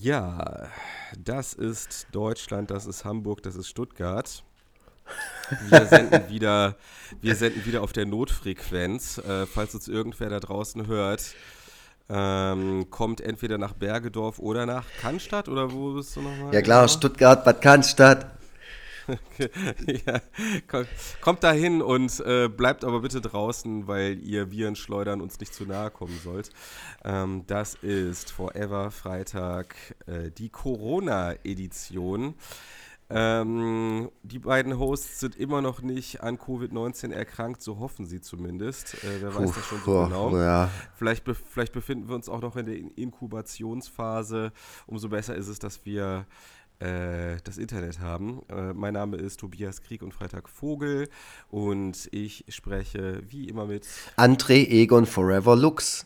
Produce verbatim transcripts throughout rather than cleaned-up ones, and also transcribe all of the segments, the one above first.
Ja, das ist Deutschland, das ist Hamburg, das ist Stuttgart. Wir senden wieder, wir senden wieder auf der Notfrequenz. Äh, falls uns irgendwer da draußen hört, ähm, kommt entweder nach Bergedorf oder nach Cannstatt, oder wo bist du nochmal Ja klar, genau? Stuttgart, Bad Cannstatt. Ja, ko- kommt da hin und äh, bleibt aber bitte draußen, weil ihr Viren schleudern uns nicht zu nahe kommen sollt. Ähm, das ist Forever Freitag, äh, die Corona-Edition. Ähm, die beiden Hosts sind immer noch nicht an Covid neunzehn erkrankt, so hoffen sie zumindest. Äh, wer Puh, weiß das schon so oh, genau. ja. Vielleicht, be vielleicht befinden wir uns auch noch in der In- Inkubationsphase. Umso besser ist es, dass wir äh, das Internet haben. Äh, mein Name ist Tobias Krieg und Freitag Vogel und ich spreche wie immer mit André Egon Forever Lux.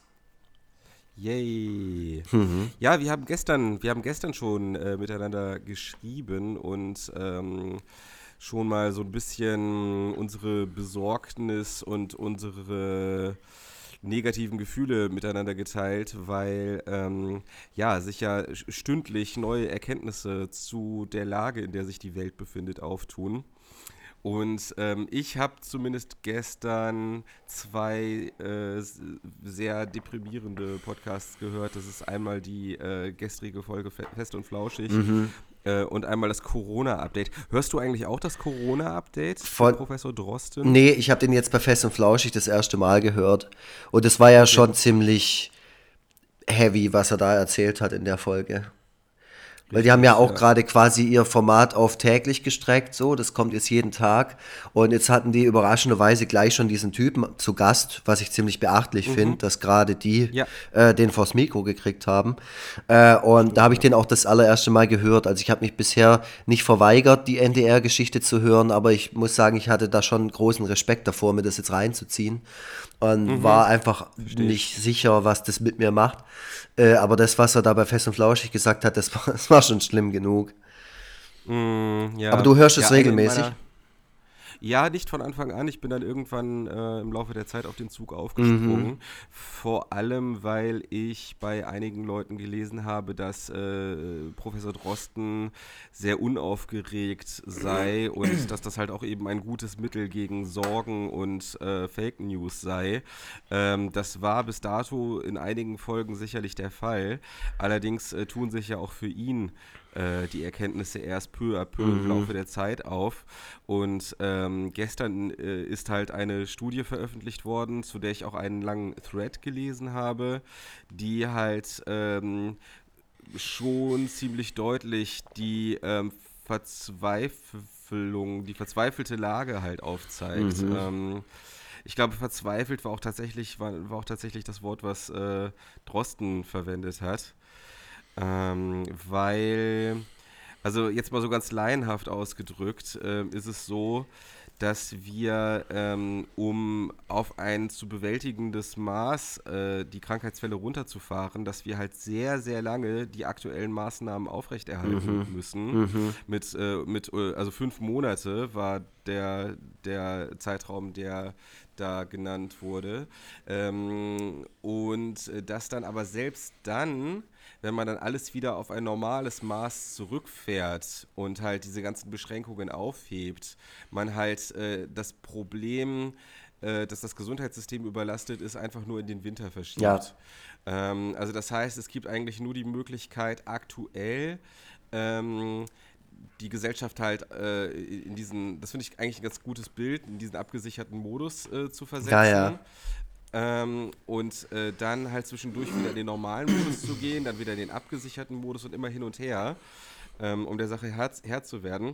Yay. Mhm. Ja, wir haben gestern, wir haben gestern schon äh, miteinander geschrieben und ähm, schon mal so ein bisschen unsere Besorgnis und unsere negativen Gefühle miteinander geteilt, weil ähm, ja, sich ja stündlich neue Erkenntnisse zu der Lage, in der sich die Welt befindet, auftun. Und ähm, ich habe zumindest gestern zwei äh, sehr deprimierende Podcasts gehört. Das ist einmal die äh, gestrige Folge Fest und Flauschig Mhm. äh, und einmal das Corona-Update. Hörst du eigentlich auch das Corona-Update von Von, Professor Drosten? nee, ich habe den jetzt bei Fest und Flauschig das erste Mal gehört. Und es war ja Okay. schon ziemlich heavy, was er da erzählt hat in der Folge. Weil die haben ja Richtig, auch ja. gerade quasi ihr Format auf täglich gestreckt, so, das kommt jetzt jeden Tag. Und jetzt hatten die überraschenderweise gleich schon diesen Typen zu Gast, was ich ziemlich beachtlich finde, Mhm. dass gerade die Ja, äh, den vors Mikro gekriegt haben. Äh, und da stimmt, habe ich ja. den auch das allererste Mal gehört. Also ich habe mich bisher nicht verweigert, die N D R-Geschichte zu hören, aber ich muss sagen, ich hatte da schon großen Respekt davor, mir das jetzt reinzuziehen. Und Mhm. war einfach Verstehe ich. nicht sicher, was das mit mir macht. Äh, aber das, was er da bei Fest und Flauschig gesagt hat, das war, das war schon schlimm genug. Mm, Aber ja, du hörst es ja, eine in regelmäßig? meiner. Ja, nicht von Anfang an. Ich bin dann irgendwann äh, im Laufe der Zeit auf den Zug Mhm. aufgesprungen. Vor allem, weil ich bei einigen Leuten gelesen habe, dass äh, Professor Drosten sehr unaufgeregt sei und dass das halt auch eben ein gutes Mittel gegen Sorgen und äh, Fake News sei. Ähm, das war bis dato in einigen Folgen sicherlich der Fall. Allerdings äh, tun sich ja auch für ihn äh, die Erkenntnisse erst peu à peu im Mhm. Laufe der Zeit auf. Und ähm, gestern äh, ist halt eine Studie veröffentlicht worden, zu der ich auch einen langen Thread gelesen habe, die halt ähm, schon ziemlich deutlich die ähm, Verzweiflung, die verzweifelte Lage halt aufzeigt. Mhm. Ähm, ich glaube, verzweifelt war auch tatsächlich, war, war auch tatsächlich das Wort, was äh, Drosten verwendet hat. Ähm, weil also jetzt mal so ganz laienhaft ausgedrückt, ähm, ist es so, dass wir, ähm, um auf ein zu bewältigendes Maß äh, die Krankheitsfälle runterzufahren, dass wir halt sehr, sehr lange die aktuellen Maßnahmen aufrechterhalten Mhm. müssen. Mhm. Mit, äh, mit äh, also fünf Monate war der, der Zeitraum, der da genannt wurde. Ähm, und äh, dass dann aber selbst dann, wenn man dann alles wieder auf ein normales Maß zurückfährt und halt diese ganzen Beschränkungen aufhebt, man halt äh, das Problem, äh, dass das Gesundheitssystem überlastet ist, einfach nur in den Winter Ja. verschiebt. Ähm, also das heißt, es gibt eigentlich nur die Möglichkeit aktuell, ähm, die Gesellschaft halt äh, in diesen, das finde ich eigentlich ein ganz gutes Bild, in diesen abgesicherten Modus äh, zu Ja, ja. versetzen. Ähm, und äh, dann halt zwischendurch wieder in den normalen Modus zu gehen, dann wieder in den abgesicherten Modus und immer hin und her, ähm, um der Sache Herr, Herr zu werden.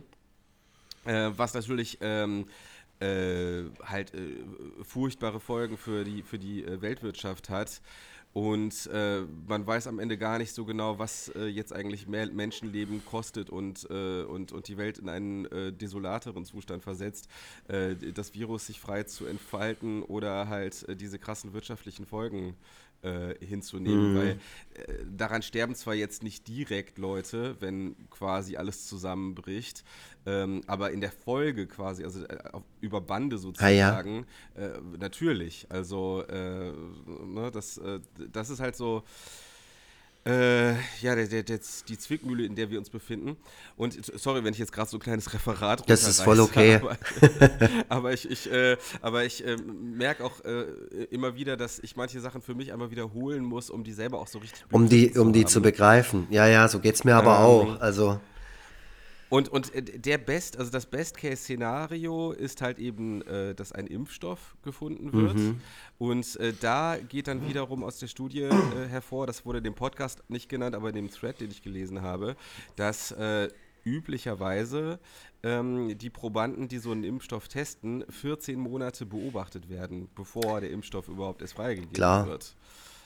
Äh, was natürlich ähm, äh, halt äh, furchtbare Folgen für die, für die äh, Weltwirtschaft hat. Und äh, man weiß am Ende gar nicht so genau, was äh, jetzt eigentlich mehr Menschenleben kostet und, äh, und, und die Welt in einen äh, desolateren Zustand versetzt, äh, das Virus sich frei zu entfalten oder halt äh, diese krassen wirtschaftlichen Folgen äh, hinzunehmen, weil Mhm. äh, daran sterben zwar jetzt nicht direkt Leute, wenn quasi alles zusammenbricht, ähm, aber in der Folge quasi, also äh, auf, über Bande Ah, ja. sozusagen, äh, natürlich. Also äh, ne, das, äh, das ist halt so, Äh, ja, der, der, der, die Zwickmühle, in der wir uns befinden. Und sorry, wenn ich jetzt gerade so ein kleines Referat Das ist voll okay. Aber, aber ich, ich, äh, aber ich äh, merke auch äh, immer wieder, dass ich manche Sachen für mich einmal wiederholen muss, um die selber auch so richtig Um die, begriffen um zu die zu haben. begreifen. Ja, ja, so geht's mir aber auch. Ähm, Also, Und, und äh, der Best, also das Best-Case-Szenario ist halt eben, äh, dass ein Impfstoff gefunden wird. mhm. Und äh, da geht dann wiederum aus der Studie äh, hervor, das wurde dem Podcast nicht genannt, aber in dem Thread, den ich gelesen habe, dass äh, üblicherweise ähm, die Probanden, die so einen Impfstoff testen, vierzehn Monate beobachtet werden, bevor der Impfstoff überhaupt erst freigegeben Klar. wird.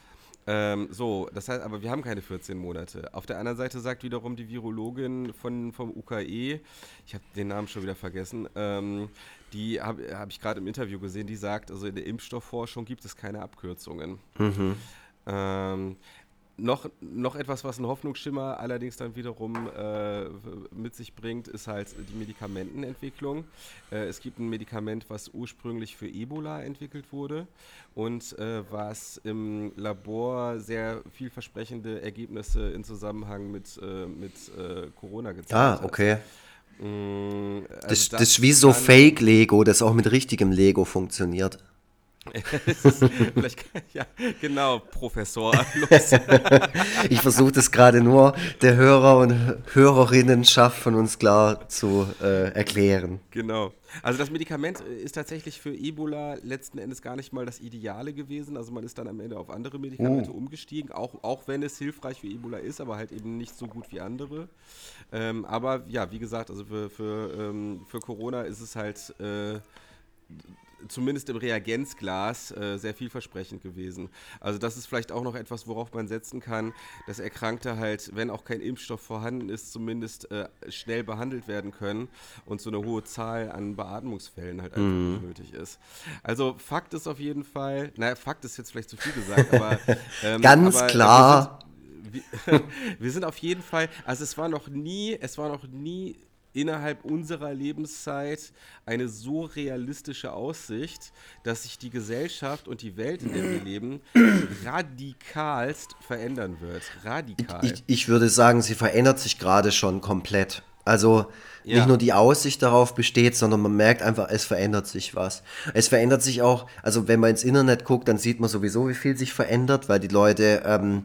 Ähm, so, das heißt, aber wir haben keine vierzehn Monate. Auf der anderen Seite sagt wiederum die Virologin von, vom U K E, ich habe den Namen schon wieder vergessen, ähm, die habe hab ich gerade im Interview gesehen, die sagt, also in der Impfstoffforschung gibt es keine Abkürzungen. Mhm. Ähm, noch, noch etwas, was einen Hoffnungsschimmer allerdings dann wiederum äh, mit sich bringt, ist halt die Medikamentenentwicklung. Äh, es gibt ein Medikament, was ursprünglich für Ebola entwickelt wurde und äh, was im Labor sehr vielversprechende Ergebnisse in Zusammenhang mit, äh, mit äh, Corona gezeigt Ah, hat. okay. Mm, also Das, das das ist wie so kann- Fake-Lego, das auch mit richtigem Lego funktioniert. Es ist, vielleicht, ja, genau, Professor. Los. Ich versuche das gerade nur der Hörer und Hörerinnenschaft von uns klar zu äh, erklären. Genau. Also das Medikament äh, ist tatsächlich für Ebola letzten Endes gar nicht mal das Ideale gewesen. Also man ist dann am Ende auf andere Medikamente umgestiegen, auch, auch wenn es hilfreich für Ebola ist, aber halt eben nicht so gut wie andere. Ähm, aber ja, wie gesagt, also für, für, ähm, für Corona ist es halt äh, zumindest im Reagenzglas äh, sehr vielversprechend gewesen. Also das ist vielleicht auch noch etwas, worauf man setzen kann, dass Erkrankte halt, wenn auch kein Impfstoff vorhanden ist, zumindest äh, schnell behandelt werden können und so eine hohe Zahl an Beatmungsfällen halt einfach nicht nötig ist. Also Fakt ist auf jeden Fall, naja, Fakt ist jetzt vielleicht zu viel gesagt, aber ähm, Ganz aber, äh, klar. Wir sind, wir, wir sind auf jeden Fall, also es war noch nie, es war noch nie innerhalb unserer Lebenszeit eine so realistische Aussicht, dass sich die Gesellschaft und die Welt, in der wir leben, radikalst verändern wird. Radikal. Ich, ich würde sagen, sie verändert sich gerade schon komplett. Also nicht Ja. nur die Aussicht darauf besteht, sondern man merkt einfach, es verändert sich was. Es verändert sich auch, also wenn man ins Internet guckt, dann sieht man sowieso, wie viel sich verändert, weil die Leute, ähm,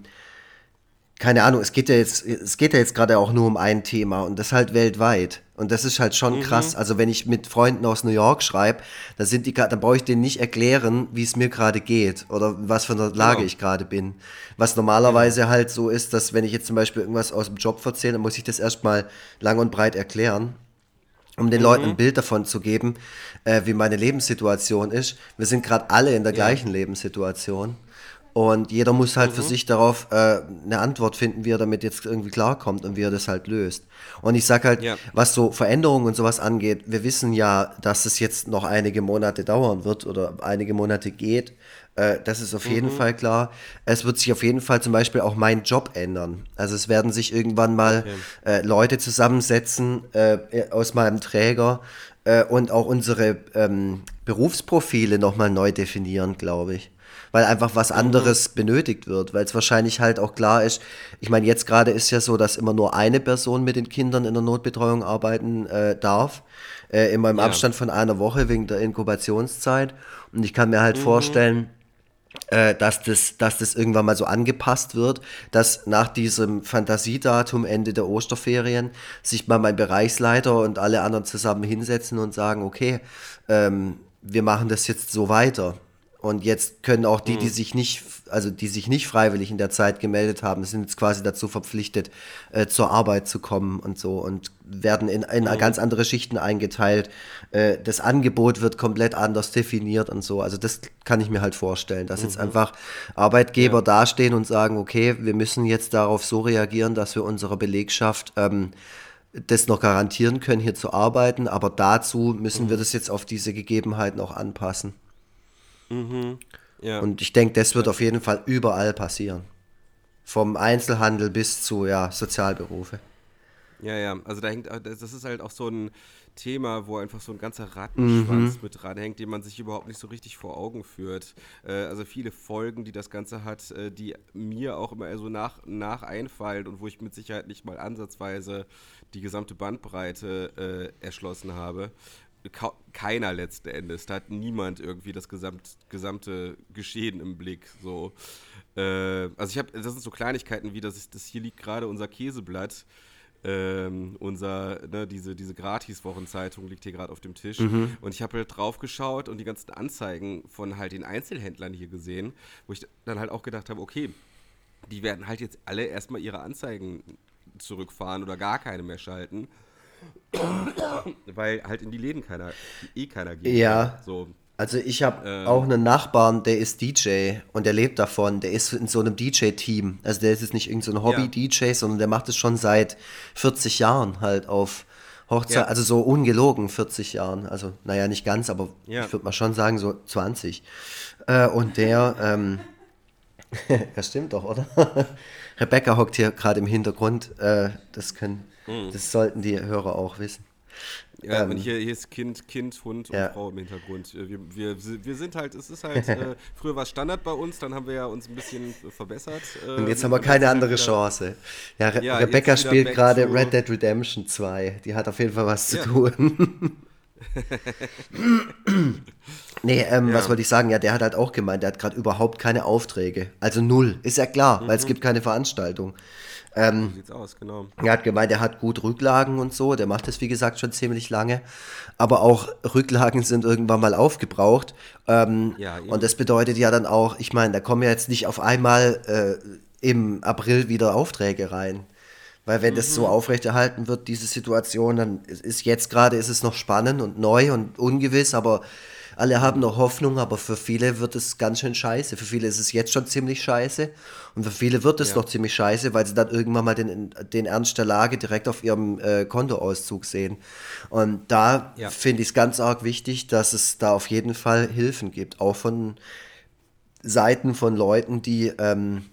keine Ahnung, es geht ja jetzt, es geht ja jetzt gerade auch nur um ein Thema und das halt weltweit. Und das ist halt schon krass. Also wenn ich mit Freunden aus New York schreibe, dann sind die, gra- dann brauche ich denen nicht erklären, wie es mir gerade geht oder was für eine Lage Genau. ich gerade bin. Was normalerweise halt so ist, dass wenn ich jetzt zum Beispiel irgendwas aus dem Job erzähle, dann muss ich das erstmal lang und breit erklären, um den Leuten ein Bild davon zu geben, äh, wie meine Lebenssituation ist. Wir sind gerade alle in der Ja. gleichen Lebenssituation. Und jeder muss halt für sich darauf äh, eine Antwort finden, wie er damit jetzt irgendwie klarkommt und wie er das halt löst. Und ich sag halt, Ja. was so Veränderungen und sowas angeht, wir wissen ja, dass es jetzt noch einige Monate dauern wird oder einige Monate geht. Äh, das ist auf jeden Fall klar. Es wird sich auf jeden Fall zum Beispiel auch mein Job ändern. Also es werden sich irgendwann mal Okay. äh, Leute zusammensetzen äh, aus meinem Träger äh, und auch unsere ähm, Berufsprofile nochmal neu definieren, glaube ich. Weil einfach was anderes benötigt wird, weil es wahrscheinlich halt auch klar ist, ich meine, jetzt gerade ist ja so, dass immer nur eine Person mit den Kindern in der Notbetreuung arbeiten äh, darf, äh, immer im Ja. Abstand von einer Woche wegen der Inkubationszeit. Und ich kann mir halt vorstellen, äh, dass das, dass das irgendwann mal so angepasst wird, dass nach diesem Fantasiedatum Ende der Osterferien sich mal mein Bereichsleiter und alle anderen zusammen hinsetzen und sagen, okay, ähm, wir machen das jetzt so weiter. Und jetzt können auch die, die sich nicht, also die sich nicht freiwillig in der Zeit gemeldet haben, sind jetzt quasi dazu verpflichtet, äh, zur Arbeit zu kommen und so und werden in, in ganz andere Schichten eingeteilt. Äh, das Angebot wird komplett anders definiert und so. Also das kann ich mir halt vorstellen, dass jetzt einfach Arbeitgeber Ja. dastehen und sagen, okay, wir müssen jetzt darauf so reagieren, dass wir unserer Belegschaft ähm, das noch garantieren können, hier zu arbeiten, aber dazu müssen wir das jetzt auf diese Gegebenheiten auch anpassen. Ja. Und ich denke, das wird auf jeden Fall überall passieren. Vom Einzelhandel bis zu ja, Sozialberufe. Ja, ja, also da hängt, das ist halt auch so ein Thema, wo einfach so ein ganzer Mhm. Rattenschwanz mit dranhängt, den man sich überhaupt nicht so richtig vor Augen führt. Äh, also viele Folgen, die das Ganze hat, äh, die mir auch immer so nach, nach einfallen und wo ich mit Sicherheit nicht mal ansatzweise die gesamte Bandbreite äh, erschlossen habe. Kau- Keiner letzten Endes. Da hat niemand irgendwie das gesamt, gesamte Geschehen im Blick. So. Äh, also ich habe, das sind so Kleinigkeiten wie, das, das hier liegt gerade unser Käseblatt. Ähm, unser, ne, diese, diese Gratis-Wochenzeitung liegt hier gerade auf dem Tisch. Mhm. Und ich habe halt drauf geschaut und die ganzen Anzeigen von halt den Einzelhändlern hier gesehen, wo ich dann halt auch gedacht habe, okay, die werden halt jetzt alle erstmal ihre Anzeigen zurückfahren oder gar keine mehr schalten, weil halt in die Läden keiner, eh keiner gehen kann. Ja, So, also ich habe auch ähm, einen Nachbarn, der ist D J und der lebt davon. Der ist in so einem D J-Team. Also der ist jetzt nicht irgend so ein ja, Hobby-D J, sondern der macht es schon seit vierzig Jahren halt auf Hochzeit, ja, also so ungelogen vierzig Jahren. Also naja, nicht ganz, aber ja. ich würde mal schon sagen so zwanzig. Äh, und der, ähm, das stimmt doch, oder? Rebecca hockt hier gerade im Hintergrund. Äh, das können, Mhm. das sollten die Hörer auch wissen. Ja, und Ähm, hier, hier ist Kind, Kind, Hund und ja. Frau im Hintergrund. Äh, Wir, wir, wir sind halt, es ist halt, äh, früher war es Standard bei uns, dann haben wir ja uns ein bisschen verbessert Und jetzt haben ähm, wir und jetzt keine sind halt andere wieder, Chance. Ja, Re ja, Rebecca jetzt wieder spielt back gerade Red to, Dead Redemption zwei. Die hat auf jeden Fall was zu ja, tun. Nee, ähm, was ja, wollte ich sagen? Ja, der hat halt auch gemeint, der hat gerade überhaupt keine Aufträge. Also null. Ist ja klar, weil es mhm, gibt keine Veranstaltung. so sieht's aus, genau. Er hat gemeint, er hat gut Rücklagen und so. Der macht das, wie gesagt, schon ziemlich lange. Aber auch Rücklagen sind irgendwann mal aufgebraucht. Ähm, Ja, und eben. das bedeutet ja dann auch, ich meine, da kommen ja jetzt nicht auf einmal äh, im April wieder Aufträge rein. Weil wenn das so Mhm, aufrechterhalten wird, diese Situation, dann ist jetzt gerade ist es noch spannend und neu und ungewiss, aber alle haben mhm, noch Hoffnung, aber für viele wird es ganz schön scheiße. Für viele ist es jetzt schon ziemlich scheiße und für viele wird es ja, noch ziemlich scheiße, weil sie dann irgendwann mal den, den Ernst der Lage direkt auf ihrem äh, Kontoauszug sehen. Und da ja, finde ich es ganz arg wichtig, dass es da auf jeden Fall Hilfen gibt, auch von Seiten von Leuten, die ähm,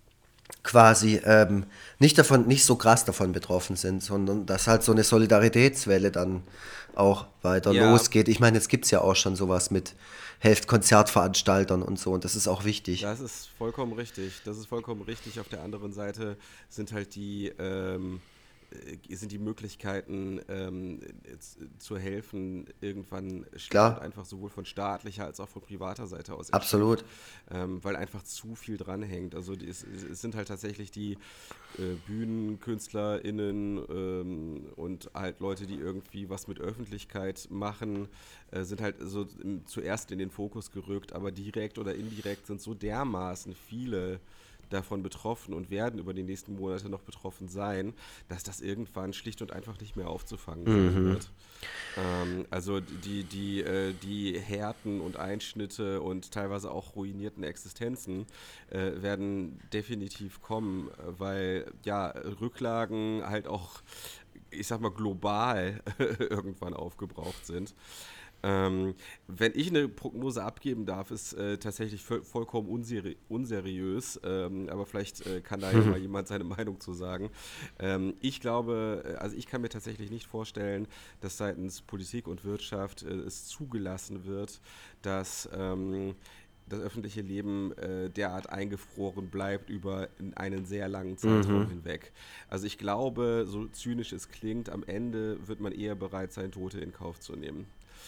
quasi ähm, nicht davon, nicht so krass davon betroffen sind, sondern dass halt so eine Solidaritätswelle dann auch weiter ja. losgeht. Ich meine, jetzt gibt es ja auch schon sowas mit Helft Konzertveranstaltern und so und das ist auch wichtig. Das ist vollkommen richtig. Das ist vollkommen richtig. Auf der anderen Seite sind halt die, ähm, äh, sind die Möglichkeiten ähm, z- zu helfen irgendwann schlicht und Klar, einfach sowohl von staatlicher als auch von privater Seite aus erschöpft, absolut. ähm, weil einfach zu viel dranhängt. Also die, es, es sind halt tatsächlich die äh, BühnenkünstlerInnen ähm, und halt Leute, die irgendwie was mit Öffentlichkeit machen, äh, sind halt so im, zuerst in den Fokus gerückt, aber direkt oder indirekt sind so dermaßen viele davon betroffen und werden über die nächsten Monate noch betroffen sein, dass das irgendwann schlicht und einfach nicht mehr aufzufangen sein Mhm. wird. Ähm, also die, die, äh, die Härten und Einschnitte und teilweise auch ruinierten Existenzen äh, werden definitiv kommen, äh, weil ja Rücklagen halt auch, ich sag mal, global irgendwann aufgebraucht sind. Ähm, wenn ich eine Prognose abgeben darf, ist äh, tatsächlich voll, vollkommen unseri unseriös, ähm, aber vielleicht äh, kann da ja mal jemand seine Meinung zu sagen. Ähm, ich glaube, äh, also ich kann mir tatsächlich nicht vorstellen, dass seitens Politik und Wirtschaft äh, es zugelassen wird, dass ähm, das öffentliche Leben äh, derart eingefroren bleibt über einen sehr langen Zeitraum Mhm. hinweg. Also ich glaube, so zynisch es klingt, am Ende wird man eher bereit sein, Tote in Kauf zu nehmen.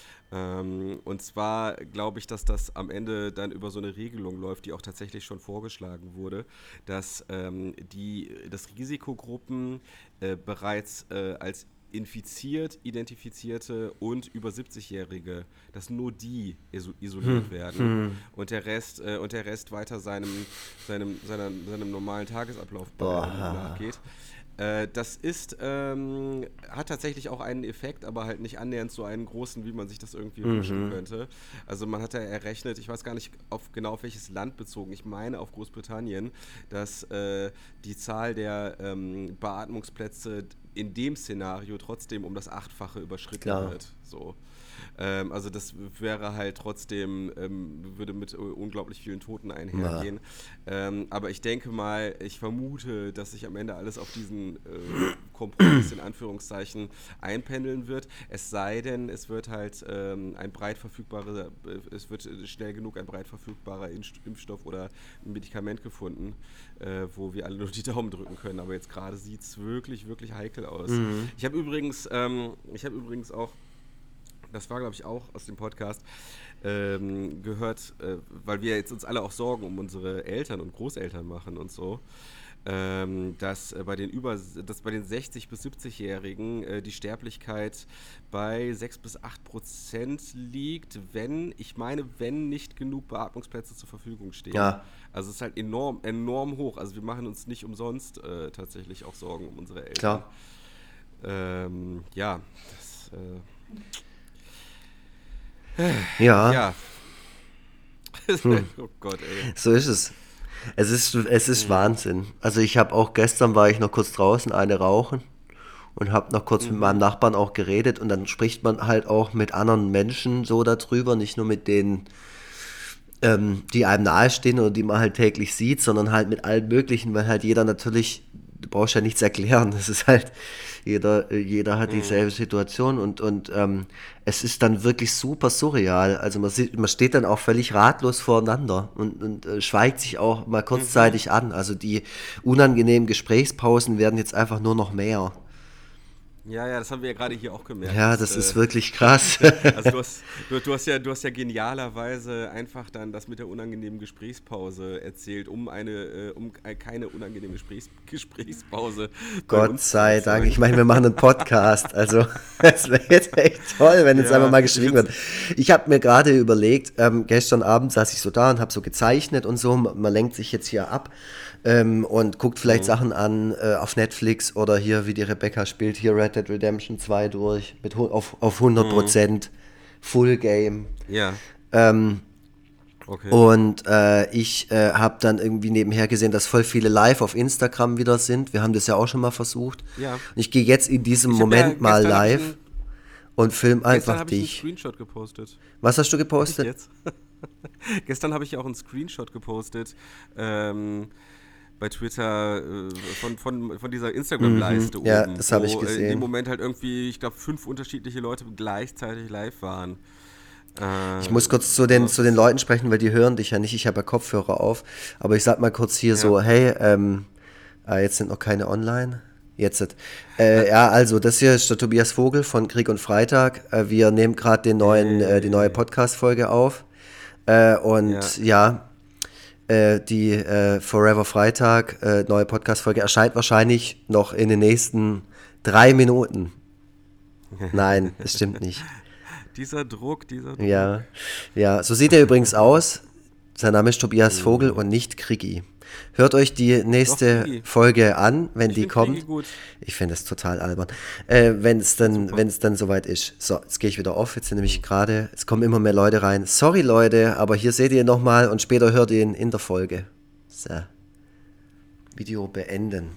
Ähm, und zwar glaube ich, dass das am Ende dann über so eine Regelung läuft, die auch tatsächlich schon vorgeschlagen wurde, dass ähm, die, dass Risikogruppen äh, bereits äh, als infiziert, identifizierte und über siebzig-Jährige, dass nur die iso isoliert werden und der Rest äh, und der Rest weiter seinem, seinem, seiner, seinem normalen Tagesablauf ähm, Boah. nachgeht. Äh, das ist, ähm, hat tatsächlich auch einen Effekt, aber halt nicht annähernd so einen großen, wie man sich das irgendwie wünschen Mhm. könnte. Also man hat ja errechnet, ich weiß gar nicht auf, genau auf welches Land bezogen, ich meine auf Großbritannien, dass äh, die Zahl der ähm, Beatmungsplätze in dem Szenario trotzdem um das Achtfache überschritten Klar. wird. So. Ähm, also das wäre halt trotzdem, ähm, würde mit unglaublich vielen Toten einhergehen. Ähm, aber ich denke mal, ich vermute, dass sich am Ende alles auf diesen äh, Kompromiss in Anführungszeichen einpendeln wird. Es sei denn, es wird halt ähm, ein breit verfügbarer, äh, es wird schnell genug ein breit verfügbarer Impfstoff oder ein Medikament gefunden, äh, wo wir alle nur die Daumen drücken können. Aber jetzt gerade sieht es wirklich, wirklich heikel aus. Mhm. Ich habe übrigens, ähm, ich habe übrigens auch das war, glaube ich, auch aus dem Podcast, ähm, gehört, äh, weil wir jetzt uns alle auch Sorgen um unsere Eltern und Großeltern machen und so, ähm, dass, äh, bei den über, dass bei den sechzig- bis siebzig-Jährigen äh, die Sterblichkeit bei sechs bis acht Prozent liegt, wenn, ich meine, wenn nicht genug Beatmungsplätze zur Verfügung stehen. Ja. Also es ist halt enorm, enorm hoch. Also wir machen uns nicht umsonst äh, tatsächlich auch Sorgen um unsere Eltern. Klar. Ähm, ja, das... Äh, Ja, Ja. Hm. Oh Gott, ey. so ist es. Es ist, es ist Wahnsinn. Also ich habe auch gestern war ich noch kurz draußen, eine rauchen und habe noch kurz mit meinem Nachbarn auch geredet und dann spricht man halt auch mit anderen Menschen so darüber, nicht nur mit denen, ähm, die einem nahestehen oder die man halt täglich sieht, sondern halt mit allen möglichen, weil halt jeder natürlich, du brauchst ja nichts erklären, das ist halt, jeder, jeder hat dieselbe Situation und, und ähm, es ist dann wirklich super surreal, also man, sieht, man steht dann auch völlig ratlos voreinander und, und äh, schweigt sich auch mal kurzzeitig an, also die unangenehmen Gesprächspausen werden jetzt einfach nur noch mehr. Ja, ja, das haben wir ja gerade hier auch gemerkt. Ja, dass, das ist äh, wirklich krass. Also du hast, du, du, hast ja, du hast ja genialerweise einfach dann das mit der unangenehmen Gesprächspause erzählt, um eine, äh, um keine unangenehme Gesprächs Gesprächspause bei Gott uns zu sei erzeugen. Dank. Ich meine, wir machen einen Podcast. Also, es wäre jetzt echt toll, wenn jetzt Ja, einfach mal ich geschwiegen wird. Ich habe mir gerade überlegt, ähm, gestern Abend saß ich so da und habe so gezeichnet und so. Man, man lenkt sich jetzt hier ab ähm, und guckt vielleicht Sachen an äh, auf Netflix oder hier, wie die Rebecca spielt, hier Red Dead Redemption zwei durch, mit, hu- auf, auf hundert Prozent Full Game. Ja, Ähm, okay. Und äh, ich äh, habe dann irgendwie nebenher gesehen, dass voll viele live auf Instagram wieder sind. Wir haben das ja auch schon mal versucht. Ja. Und ich gehe jetzt in diesem Ich hab Moment ja, mal gestern hab ich live ein- und film Gestern einfach habe ich einen dich. Screenshot gepostet. Was hast du Echt gepostet? jetzt? Gestern habe ich ja auch einen Screenshot gepostet ähm, bei Twitter äh, von, von, von dieser Instagram-Leiste Mhm, ja, oben. das habe ich wo, äh, In gesehen. dem Moment halt irgendwie, ich glaube, fünf unterschiedliche Leute gleichzeitig live waren. Äh, Ich muss kurz zu den, das zu den ist- Leuten sprechen, weil die hören dich ja nicht. Ich habe ja Kopfhörer auf. Aber ich sag mal kurz hier Ja. so, hey, ähm, ah, jetzt sind noch keine online. Jetzt. Äh, ja, also das hier ist der Tobias Vogel von Krieg und Freitag. Äh, wir nehmen gerade den neuen, äh, die neue Podcast-Folge auf. Äh, und ja, äh, die äh, Forever Freitag, äh, neue Podcast-Folge erscheint wahrscheinlich noch in den nächsten drei Minuten. Nein, das stimmt nicht. Dieser Druck, dieser Druck. Ja, ja, so sieht er übrigens aus. Sein Name ist Tobias Vogel und nicht Krigi. Hört euch die nächste Krigi. Folge an, wenn Ich die find kommt. Krigi gut. Ich finde es total albern. Äh, wenn es dann, wenn es dann soweit ist. So, jetzt gehe ich wieder auf. Jetzt sind nämlich gerade, es kommen immer mehr Leute rein. Sorry Leute, aber hier seht ihr ihn nochmal und später hört ihr ihn in der Folge. So. Video beenden.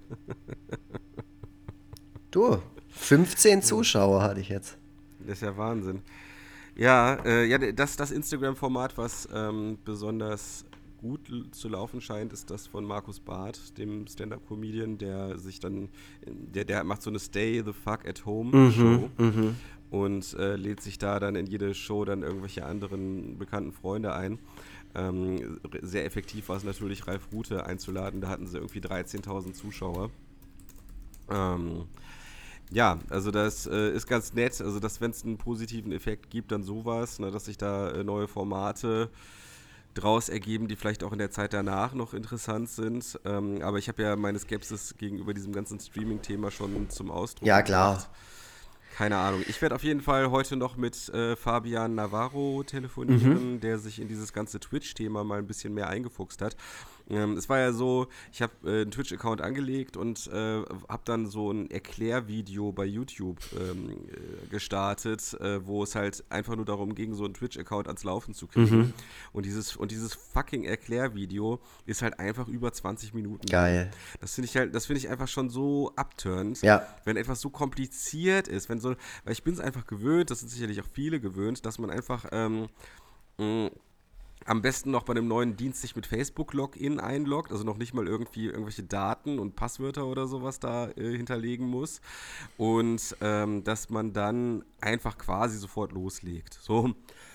Du, fünfzehn Zuschauer hatte ich jetzt. Das ist ja Wahnsinn. Ja, äh, ja das, das Instagram-Format, was ähm, besonders gut l- zu laufen scheint, ist das von Markus Barth, dem Stand-Up-Comedian, der sich dann, der, der macht so eine Stay the fuck at home Show und äh, lädt sich da dann in jede Show dann irgendwelche anderen bekannten Freunde ein. Ähm, sehr effektiv war es natürlich, Ralf Rute einzuladen, da hatten sie irgendwie dreizehntausend Zuschauer. Ähm, Ja, also das äh, ist ganz nett, also dass, wenn es einen positiven Effekt gibt, dann sowas, ne, dass sich da äh, neue Formate draus ergeben, die vielleicht auch in der Zeit danach noch interessant sind. Ähm, aber ich habe ja meine Skepsis gegenüber diesem ganzen Streaming-Thema schon zum Ausdruck Ja, klar. gebracht. Keine Ahnung. Ich werde auf jeden Fall heute noch mit äh, Fabian Navarro telefonieren, der sich in dieses ganze Twitch-Thema mal ein bisschen mehr eingefuchst hat. Ähm, es war ja so, ich habe äh, einen Twitch-Account angelegt und äh, habe dann so ein Erklärvideo bei YouTube ähm, äh, gestartet, äh, wo es halt einfach nur darum ging, so einen Twitch-Account ans Laufen zu kriegen. Mhm. Und dieses, und dieses fucking Erklärvideo ist halt einfach über zwanzig Minuten lang. Geil. Das finde ich halt, das finde ich einfach schon so abturnt, Ja. wenn etwas so kompliziert ist, wenn so, weil ich bin es einfach gewöhnt, das sind sicherlich auch viele gewöhnt, dass man einfach ähm, mh, am besten noch bei einem neuen Dienst sich mit Facebook-Login einloggt, also noch nicht mal irgendwie irgendwelche Daten und Passwörter oder sowas da äh, hinterlegen muss. Und ähm, dass man dann einfach quasi sofort loslegt. So.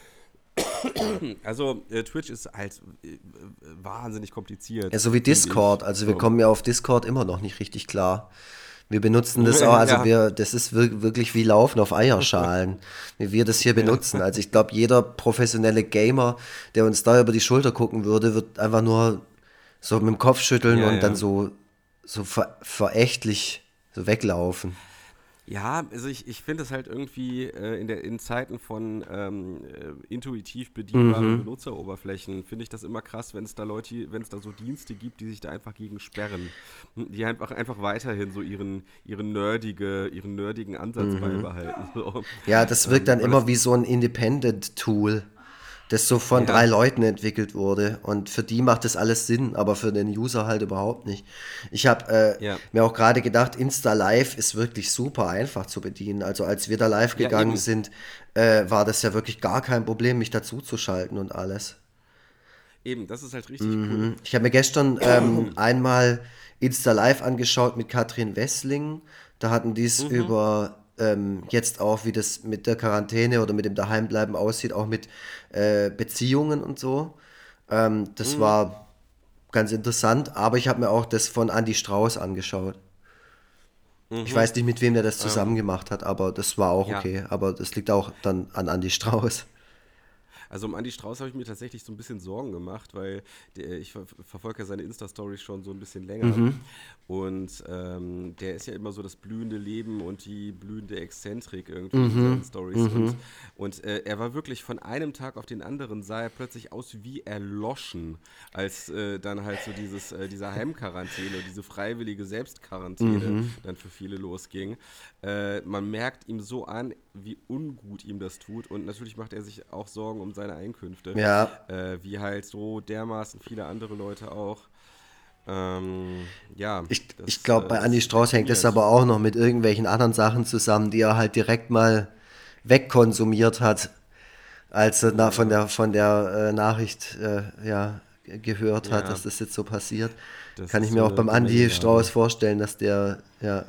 Also äh, Twitch ist halt äh, wahnsinnig kompliziert. Ja, so wie finde ich. Discord. Also wir So. kommen ja auf Discord immer noch nicht richtig klar. Wir benutzen das auch, also Ja. wir, das ist wir- wirklich wie Laufen auf Eierschalen, wie wir das hier benutzen. Also ich glaube, jeder professionelle Gamer, der uns da über die Schulter gucken würde, wird einfach nur so mit dem Kopf schütteln Ja, und ja. dann so, so ver verächtlich so weglaufen. Ja, also ich, ich finde es halt irgendwie äh, in, der, in Zeiten von ähm, äh, intuitiv bedienbaren Benutzeroberflächen, finde ich das immer krass, wenn es da Leute, wenn es da so Dienste gibt, die sich da einfach gegen sperren. Die einfach, einfach weiterhin so ihren, ihren, nerdige, ihren nerdigen Ansatz beibehalten. So. Ja, das wirkt dann weil immer das- wie so ein Independent-Tool, das so von Ja. drei Leuten entwickelt wurde. Und für die macht das alles Sinn, aber für den User halt überhaupt nicht. Ich habe äh, Ja. mir auch gerade gedacht, Insta Live ist wirklich super einfach zu bedienen. Also als wir da live Ja, gegangen eben. sind, äh, war das ja wirklich gar kein Problem, mich dazu zu schalten und alles. Eben, das ist halt richtig cool. Ich habe mir gestern ähm, einmal Insta Live angeschaut mit Katrin Wessling. Da hatten die es über ähm, jetzt auch, wie das mit der Quarantäne oder mit dem Daheimbleiben aussieht, auch mit äh, Beziehungen und so. Ähm, das war ganz interessant, aber ich habe mir auch das von Andy Strauß angeschaut. Ich weiß nicht, mit wem der das zusammen gemacht hat, aber das war auch Ja. okay. Aber das liegt auch dann an Andy Strauß. Also um Andi Strauß habe ich mir tatsächlich so ein bisschen Sorgen gemacht, weil der, ich ver verfolge ja seine Insta-Stories schon so ein bisschen länger. Und ähm, der ist ja immer so das blühende Leben und die blühende Exzentrik irgendwie in seinen Stories. Und, und äh, er war wirklich von einem Tag auf den anderen, sah er plötzlich aus wie erloschen, als äh, dann halt so dieses, äh, diese Heimquarantäne, diese freiwillige Selbstquarantäne dann für viele losging. Äh, man merkt ihm so an, wie ungut ihm das tut. Und natürlich macht er sich auch Sorgen um seine Einkünfte. Ja. Äh, wie halt so dermaßen viele andere Leute auch. Ähm, ja. Ich, das, ich glaube, äh, bei das Andy ist Strauß hängt das deprimierend. aber auch noch mit irgendwelchen anderen Sachen zusammen, die er halt direkt mal wegkonsumiert hat, als er na, von der, von der äh, Nachricht äh, ja, ge- gehört hat, Ja. dass das jetzt so passiert. Das Kann ist ich so mir auch eine beim Andy Gemengelage. Strauß vorstellen, dass der, ja,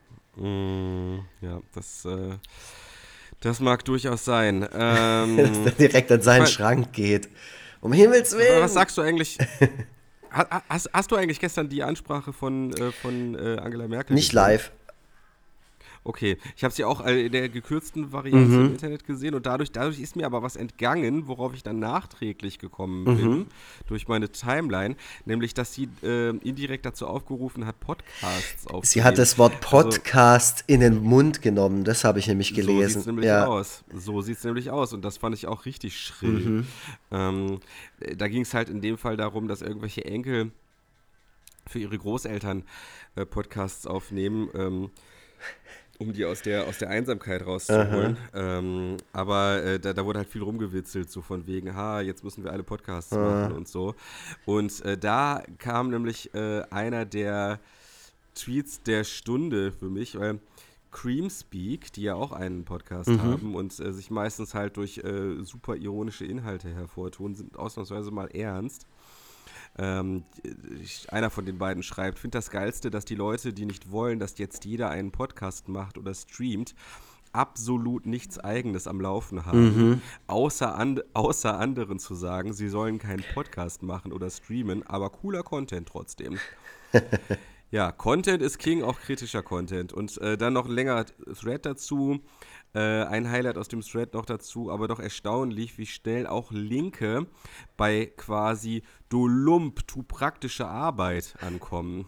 Mm, ja, das, äh, das mag durchaus sein. dass Ähm, der direkt an seinen mein- Schrank geht. Um Himmels aber Willen! was sagst du eigentlich? Ha- Hast, hast du eigentlich gestern die Ansprache von, äh, von äh, Angela Merkel Nicht gesehen? live. Okay, ich habe sie auch äh, in der gekürzten Variante im Internet gesehen und dadurch, dadurch ist mir aber was entgangen, worauf ich dann nachträglich gekommen bin durch meine Timeline, nämlich, dass sie äh, indirekt dazu aufgerufen hat, Podcasts aufzunehmen. Sie hat das Wort Also, Podcast in den Mund genommen, das habe ich nämlich so gelesen. sieht es nämlich ja. aus. So sieht es nämlich aus und das fand ich auch richtig schrill. Ähm, äh, da ging es halt in dem Fall darum, dass irgendwelche Enkel für ihre Großeltern äh, Podcasts aufnehmen, ähm, um die aus der, aus der Einsamkeit rauszuholen. Ähm, aber äh, da, da wurde halt viel rumgewitzelt, so von wegen, ha, jetzt müssen wir alle Podcasts machen und so. Und äh, da kam nämlich äh, einer der Tweets der Stunde für mich, weil Creamspeak, die ja auch einen Podcast haben und äh, sich meistens halt durch äh, super ironische Inhalte hervortun, sind ausnahmsweise mal ernst. Ähm, ich, einer von den beiden schreibt, finde das Geilste, dass die Leute, die nicht wollen, dass jetzt jeder einen Podcast macht oder streamt, absolut nichts Eigenes am Laufen haben, außer, an, außer anderen zu sagen, sie sollen keinen Podcast machen oder streamen, aber cooler Content trotzdem. Ja, Content ist King, auch kritischer Content. Und äh, dann noch ein längerer Thread dazu. Äh, ein Highlight aus dem Thread noch dazu, aber doch erstaunlich, wie schnell auch Linke bei quasi du Lump, tu praktische Arbeit ankommen.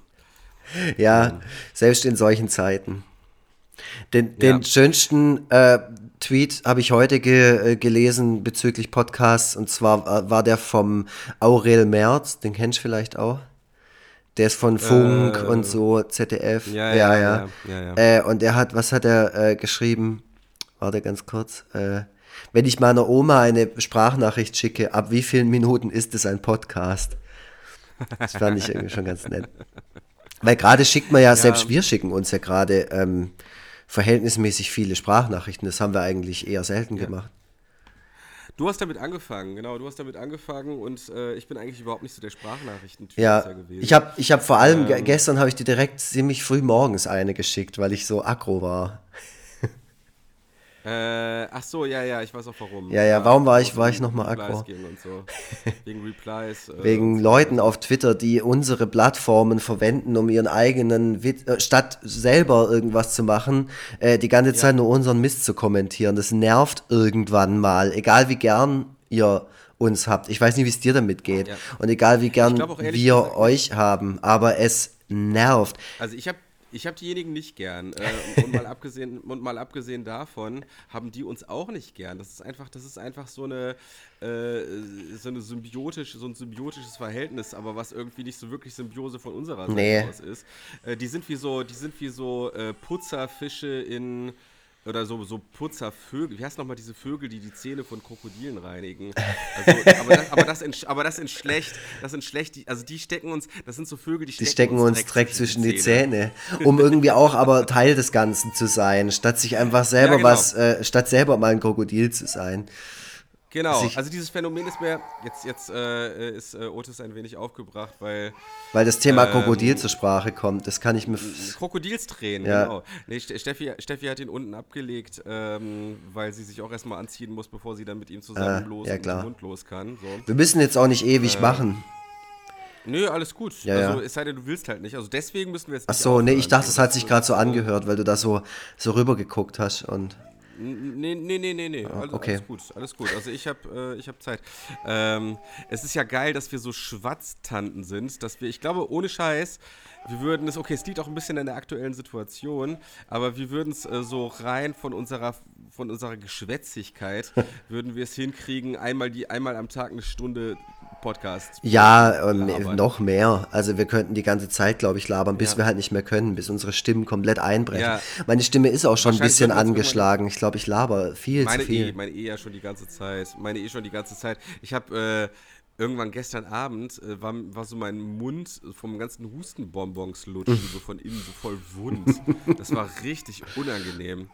Ja, selbst in solchen Zeiten. Den, den Ja. schönsten äh, Tweet habe ich heute ge, äh, gelesen bezüglich Podcasts und zwar äh, war der vom Aurel Merz, den kennst du vielleicht auch. Der ist von Funk Äh, und so, Z D F. ja, Ja, ja, ja. ja, ja, ja. Äh, und er hat, was hat er äh, geschrieben? Warte ganz kurz. Äh, wenn ich meiner Oma eine Sprachnachricht schicke, ab wie vielen Minuten ist es ein Podcast? Das fand ich irgendwie schon ganz nett. Weil gerade schickt man ja, Ja, selbst wir schicken uns ja gerade ähm, verhältnismäßig viele Sprachnachrichten. Das haben wir eigentlich eher selten ja. gemacht. Du hast damit angefangen, genau, du hast damit angefangen und äh, ich bin eigentlich überhaupt nicht so der Ja, Sprachnachrichten-Typ gewesen. ich habe ich hab vor allem, ge- Ähm, gestern habe ich dir direkt ziemlich früh morgens eine geschickt, weil ich so aggro war. äh, ach so, ja, ja, ich weiß auch warum. Ja, ja, Ja, warum war wo ich, es war ich um nochmal Replies aggro? ging und so. Wegen Replies äh, und Wegen so weiter. Leuten auf Twitter, die unsere Plattformen verwenden, um ihren eigenen Witz, äh, statt selber irgendwas zu machen, äh, die ganze Ja, Zeit nur unseren Mist zu kommentieren. Das nervt irgendwann mal, egal wie gern ihr uns habt. Ich weiß nicht, wie es dir damit geht ja. und egal wie Ich gern glaube auch ehrlich wir gesagt nicht. euch haben, aber es nervt. Also ich habe ich hab diejenigen nicht gern. Äh, und, mal abgesehen, und mal abgesehen davon haben die uns auch nicht gern. Das ist einfach, das ist einfach so eine, äh, so eine symbiotisch, so ein symbiotisches Verhältnis, aber was irgendwie nicht so wirklich Symbiose von unserer Seite Nee, aus ist. Äh, die sind wie so, die sind wie so äh, Putzerfische in oder so, so Putzervögel. Wie heißt nochmal diese Vögel, die die Zähne von Krokodilen reinigen? Also, aber das, aber das in, aber das in schlecht, das in schlecht, die, also die stecken uns, das sind so Vögel, die die stecken stecken uns uns Dreck direkt zwischen zwischen die die Zähne. Zähne, um irgendwie auch aber Teil des Ganzen zu sein, statt sich einfach Ja, selber genau. was, äh, statt selber mal ein Krokodil zu sein. Genau, Sich, also dieses Phänomen ist mir, jetzt, jetzt äh, ist äh, Otis ein wenig aufgebracht, weil weil das Thema Krokodil ähm, zur Sprache kommt, das kann ich mir, f- Krokodilstränen, ja, genau. Nee, Ste- Steffi, Steffi hat ihn unten abgelegt, ähm, weil sie sich auch erstmal anziehen muss, bevor sie dann mit ihm äh, zusammen los ja in den klar. Hund los kann. So. Wir müssen jetzt auch nicht ewig Äh, machen. Nö, alles gut. Ja, Also ja. es sei denn, du willst halt nicht. Also deswegen müssen wir jetzt Ach nicht so, nee, ich aufhören. dachte, So, es hat das, sich gerade das, so äh, angehört, weil du da so, so rüber geguckt hast und, Nee, nee, nee, nee, nee. ah, Alles, okay. alles gut, alles gut. Also ich habe äh, ich hab Zeit. Ähm, es ist ja geil, dass wir so Schwatztanten sind, dass wir, ich glaube, ohne Scheiß, wir würden es, okay, es liegt auch ein bisschen an der aktuellen Situation, aber wir würden es äh, so rein von unserer, von unserer Geschwätzigkeit, würden wir es hinkriegen, einmal, die, einmal am Tag eine Stunde Podcast Ja, äh, ähm, labern. noch mehr. Also wir könnten die ganze Zeit, glaube ich, labern, bis Ja, wir halt nicht mehr können, bis unsere Stimmen komplett einbrechen. ja, Meine Stimme ist auch schon ein wahrscheinlich bisschen würden wir uns irgendwann. angeschlagen. Ich glaube, ich laber viel zu Meine eh, viel. meine eh ja schon die ganze Zeit. Meine eh schon die ganze Zeit. Ich habe äh, irgendwann gestern Abend, äh, war, war so mein Mund vom ganzen Hustenbonbons lutschen, so von innen so voll wund. Das war richtig unangenehm.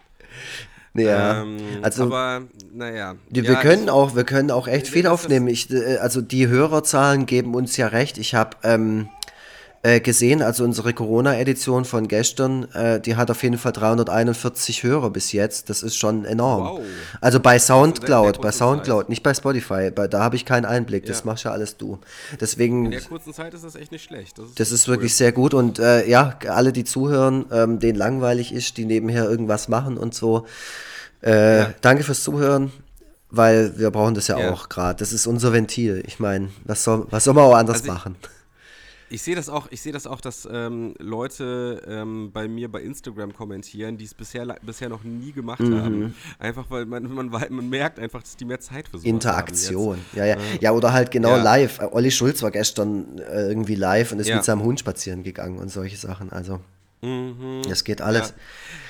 Ja, Ähm, also aber, naja. wir, wir Ja, ich, können auch, wir können auch echt nee, viel das, das, aufnehmen. Ich, äh, also die Hörerzahlen geben uns ja recht. Ich habe ähm, äh, gesehen, also unsere Corona-Edition von gestern, äh, die hat auf jeden Fall dreihunderteinundvierzig Hörer bis jetzt. Das ist schon enorm. wow. Also bei Das in der, in der Soundcloud, bei kurzen Zeit. Soundcloud, nicht bei Spotify. Bei, da habe ich keinen Einblick. Das Ja. machst ja alles du. In Deswegen, der kurzen Zeit ist das echt nicht schlecht. Das ist das echt ist cool. wirklich sehr gut. Und äh, ja, alle, die zuhören, ähm, denen langweilig ist, die nebenher irgendwas machen und so. Äh, Ja, danke fürs Zuhören, weil wir brauchen das ja ja. auch gerade. Das ist unser Ventil. Ich meine, was soll, was soll man auch anders Also ich, machen? Ich sehe das auch, ich sehe das auch, dass ähm, Leute ähm, bei mir bei Instagram kommentieren, die es bisher, le- bisher noch nie gemacht haben. Einfach weil man, man, wei- man merkt einfach, dass die mehr Zeit für sowas haben jetzt. Interaktion. Ja, ja. Äh, Ja, oder halt genau ja, live. Äh, Olli Schulz war gestern äh, irgendwie live und ist mit ja, seinem Hund spazieren gegangen und solche Sachen. Also, mhm, das geht ja. alles.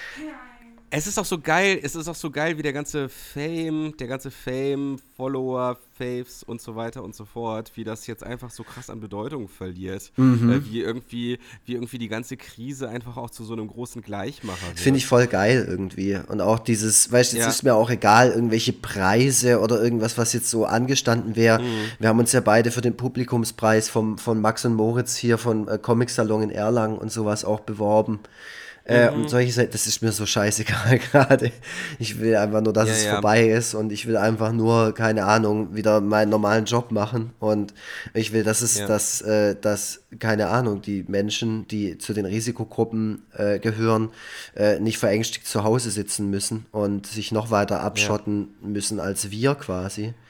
Es ist auch so geil, es ist auch so geil, wie der ganze Fame, der ganze Fame, Follower, Faves und so weiter und so fort, wie das jetzt einfach so krass an Bedeutung verliert. Äh, wie irgendwie, wie irgendwie die ganze Krise einfach auch zu so einem großen Gleichmacher Finde ich wird. voll geil irgendwie. Und auch dieses, weißt du, jetzt Ja, ist mir auch egal, irgendwelche Preise oder irgendwas, was jetzt so angestanden wäre. mhm, Wir haben uns ja beide für den Publikumspreis vom, von Max und Moritz hier von äh, Comic Salon in Erlangen und sowas auch beworben. Äh, und mhm, solche Sachen, das ist mir so scheißegal gerade. Ich will einfach nur, dass ja, es ja, vorbei ist und ich will einfach nur, keine Ahnung, wieder meinen normalen Job machen und ich will, dass es, ja, dass, äh, dass, keine Ahnung, die Menschen, die zu den Risikogruppen äh, gehören, äh, nicht verängstigt zu Hause sitzen müssen und sich noch weiter ja, abschotten müssen als wir quasi.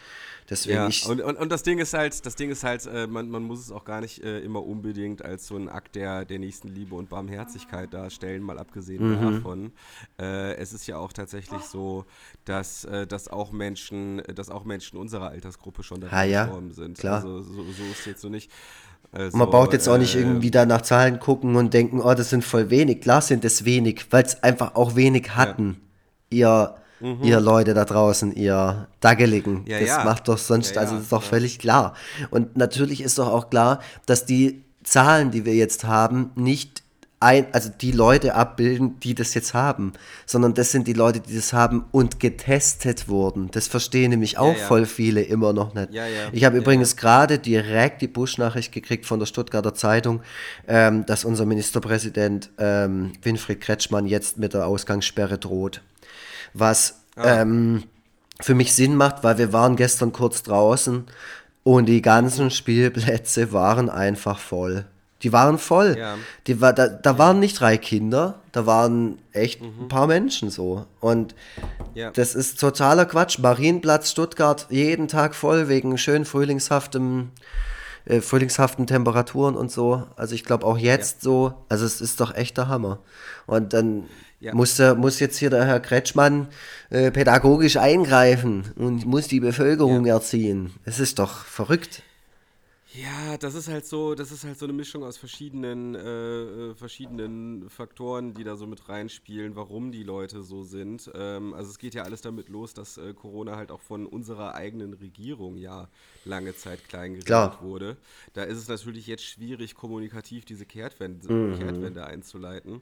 Deswegen Ja, ich. und, und, und das Ding ist halt, das Ding ist halt, äh, man, man muss es auch gar nicht äh, immer unbedingt als so ein Akt der, der Nächstenliebe und Barmherzigkeit darstellen, mal abgesehen Mhm. davon. Äh, es ist ja auch tatsächlich so, dass, äh, dass auch Menschen, dass auch Menschen unserer Altersgruppe schon Ha daran ja, gestorben sind. klar. Also so, so ist jetzt so nicht. Und man braucht Also, jetzt auch nicht äh, irgendwie da nach Zahlen gucken und denken, oh, das sind voll wenig. Klar sind es wenig, weil es einfach auch wenig ja. hatten. Ihr, ihr Mhm. Leute da draußen, ihr Daggeligen. Ja, Das ja. macht doch Ja, sonst, also ja, das ist doch klar. völlig klar. Und natürlich ist doch auch klar, dass die Zahlen, die wir jetzt haben, nicht ein, also die Leute abbilden, die das jetzt haben, sondern das sind die Leute, die das haben und getestet wurden. Das verstehen nämlich Ja, auch ja. voll viele immer noch nicht. Ja, ja. Ich habe Ja, ja. übrigens gerade direkt die Push-Nachricht gekriegt von der Stuttgarter Zeitung, ähm, dass unser Ministerpräsident ähm, Winfried Kretschmann jetzt mit der Ausgangssperre droht. Was Ah. ähm, für mich Sinn macht, weil wir waren gestern kurz draußen und die ganzen Spielplätze waren einfach voll. Die waren voll. Ja. Die war, da, da Ja. waren nicht drei Kinder, da waren echt ein Mhm. paar Menschen so. Und Ja. das ist totaler Quatsch. Marienplatz Stuttgart jeden Tag voll wegen schön frühlingshaftem, äh, frühlingshaften Temperaturen und so. Also ich glaube auch Ja. jetzt so. Also es ist doch echt der Hammer. Und dann Ja. muss, der, muss jetzt hier der Herr Kretschmann äh, pädagogisch eingreifen und muss die Ja. Bevölkerung erziehen. Es ist doch verrückt. Ja, das ist halt so, das ist halt so eine Mischung aus verschiedenen, äh, äh, verschiedenen Faktoren, die da so mit reinspielen, warum die Leute so sind. Ähm, also es geht ja alles damit los, dass äh, Corona halt auch von unserer eigenen Regierung ja lange Zeit klein geredet Klar. wurde. Da ist es natürlich jetzt schwierig, kommunikativ diese Kehrtwende, Mhm. Kehrtwende einzuleiten.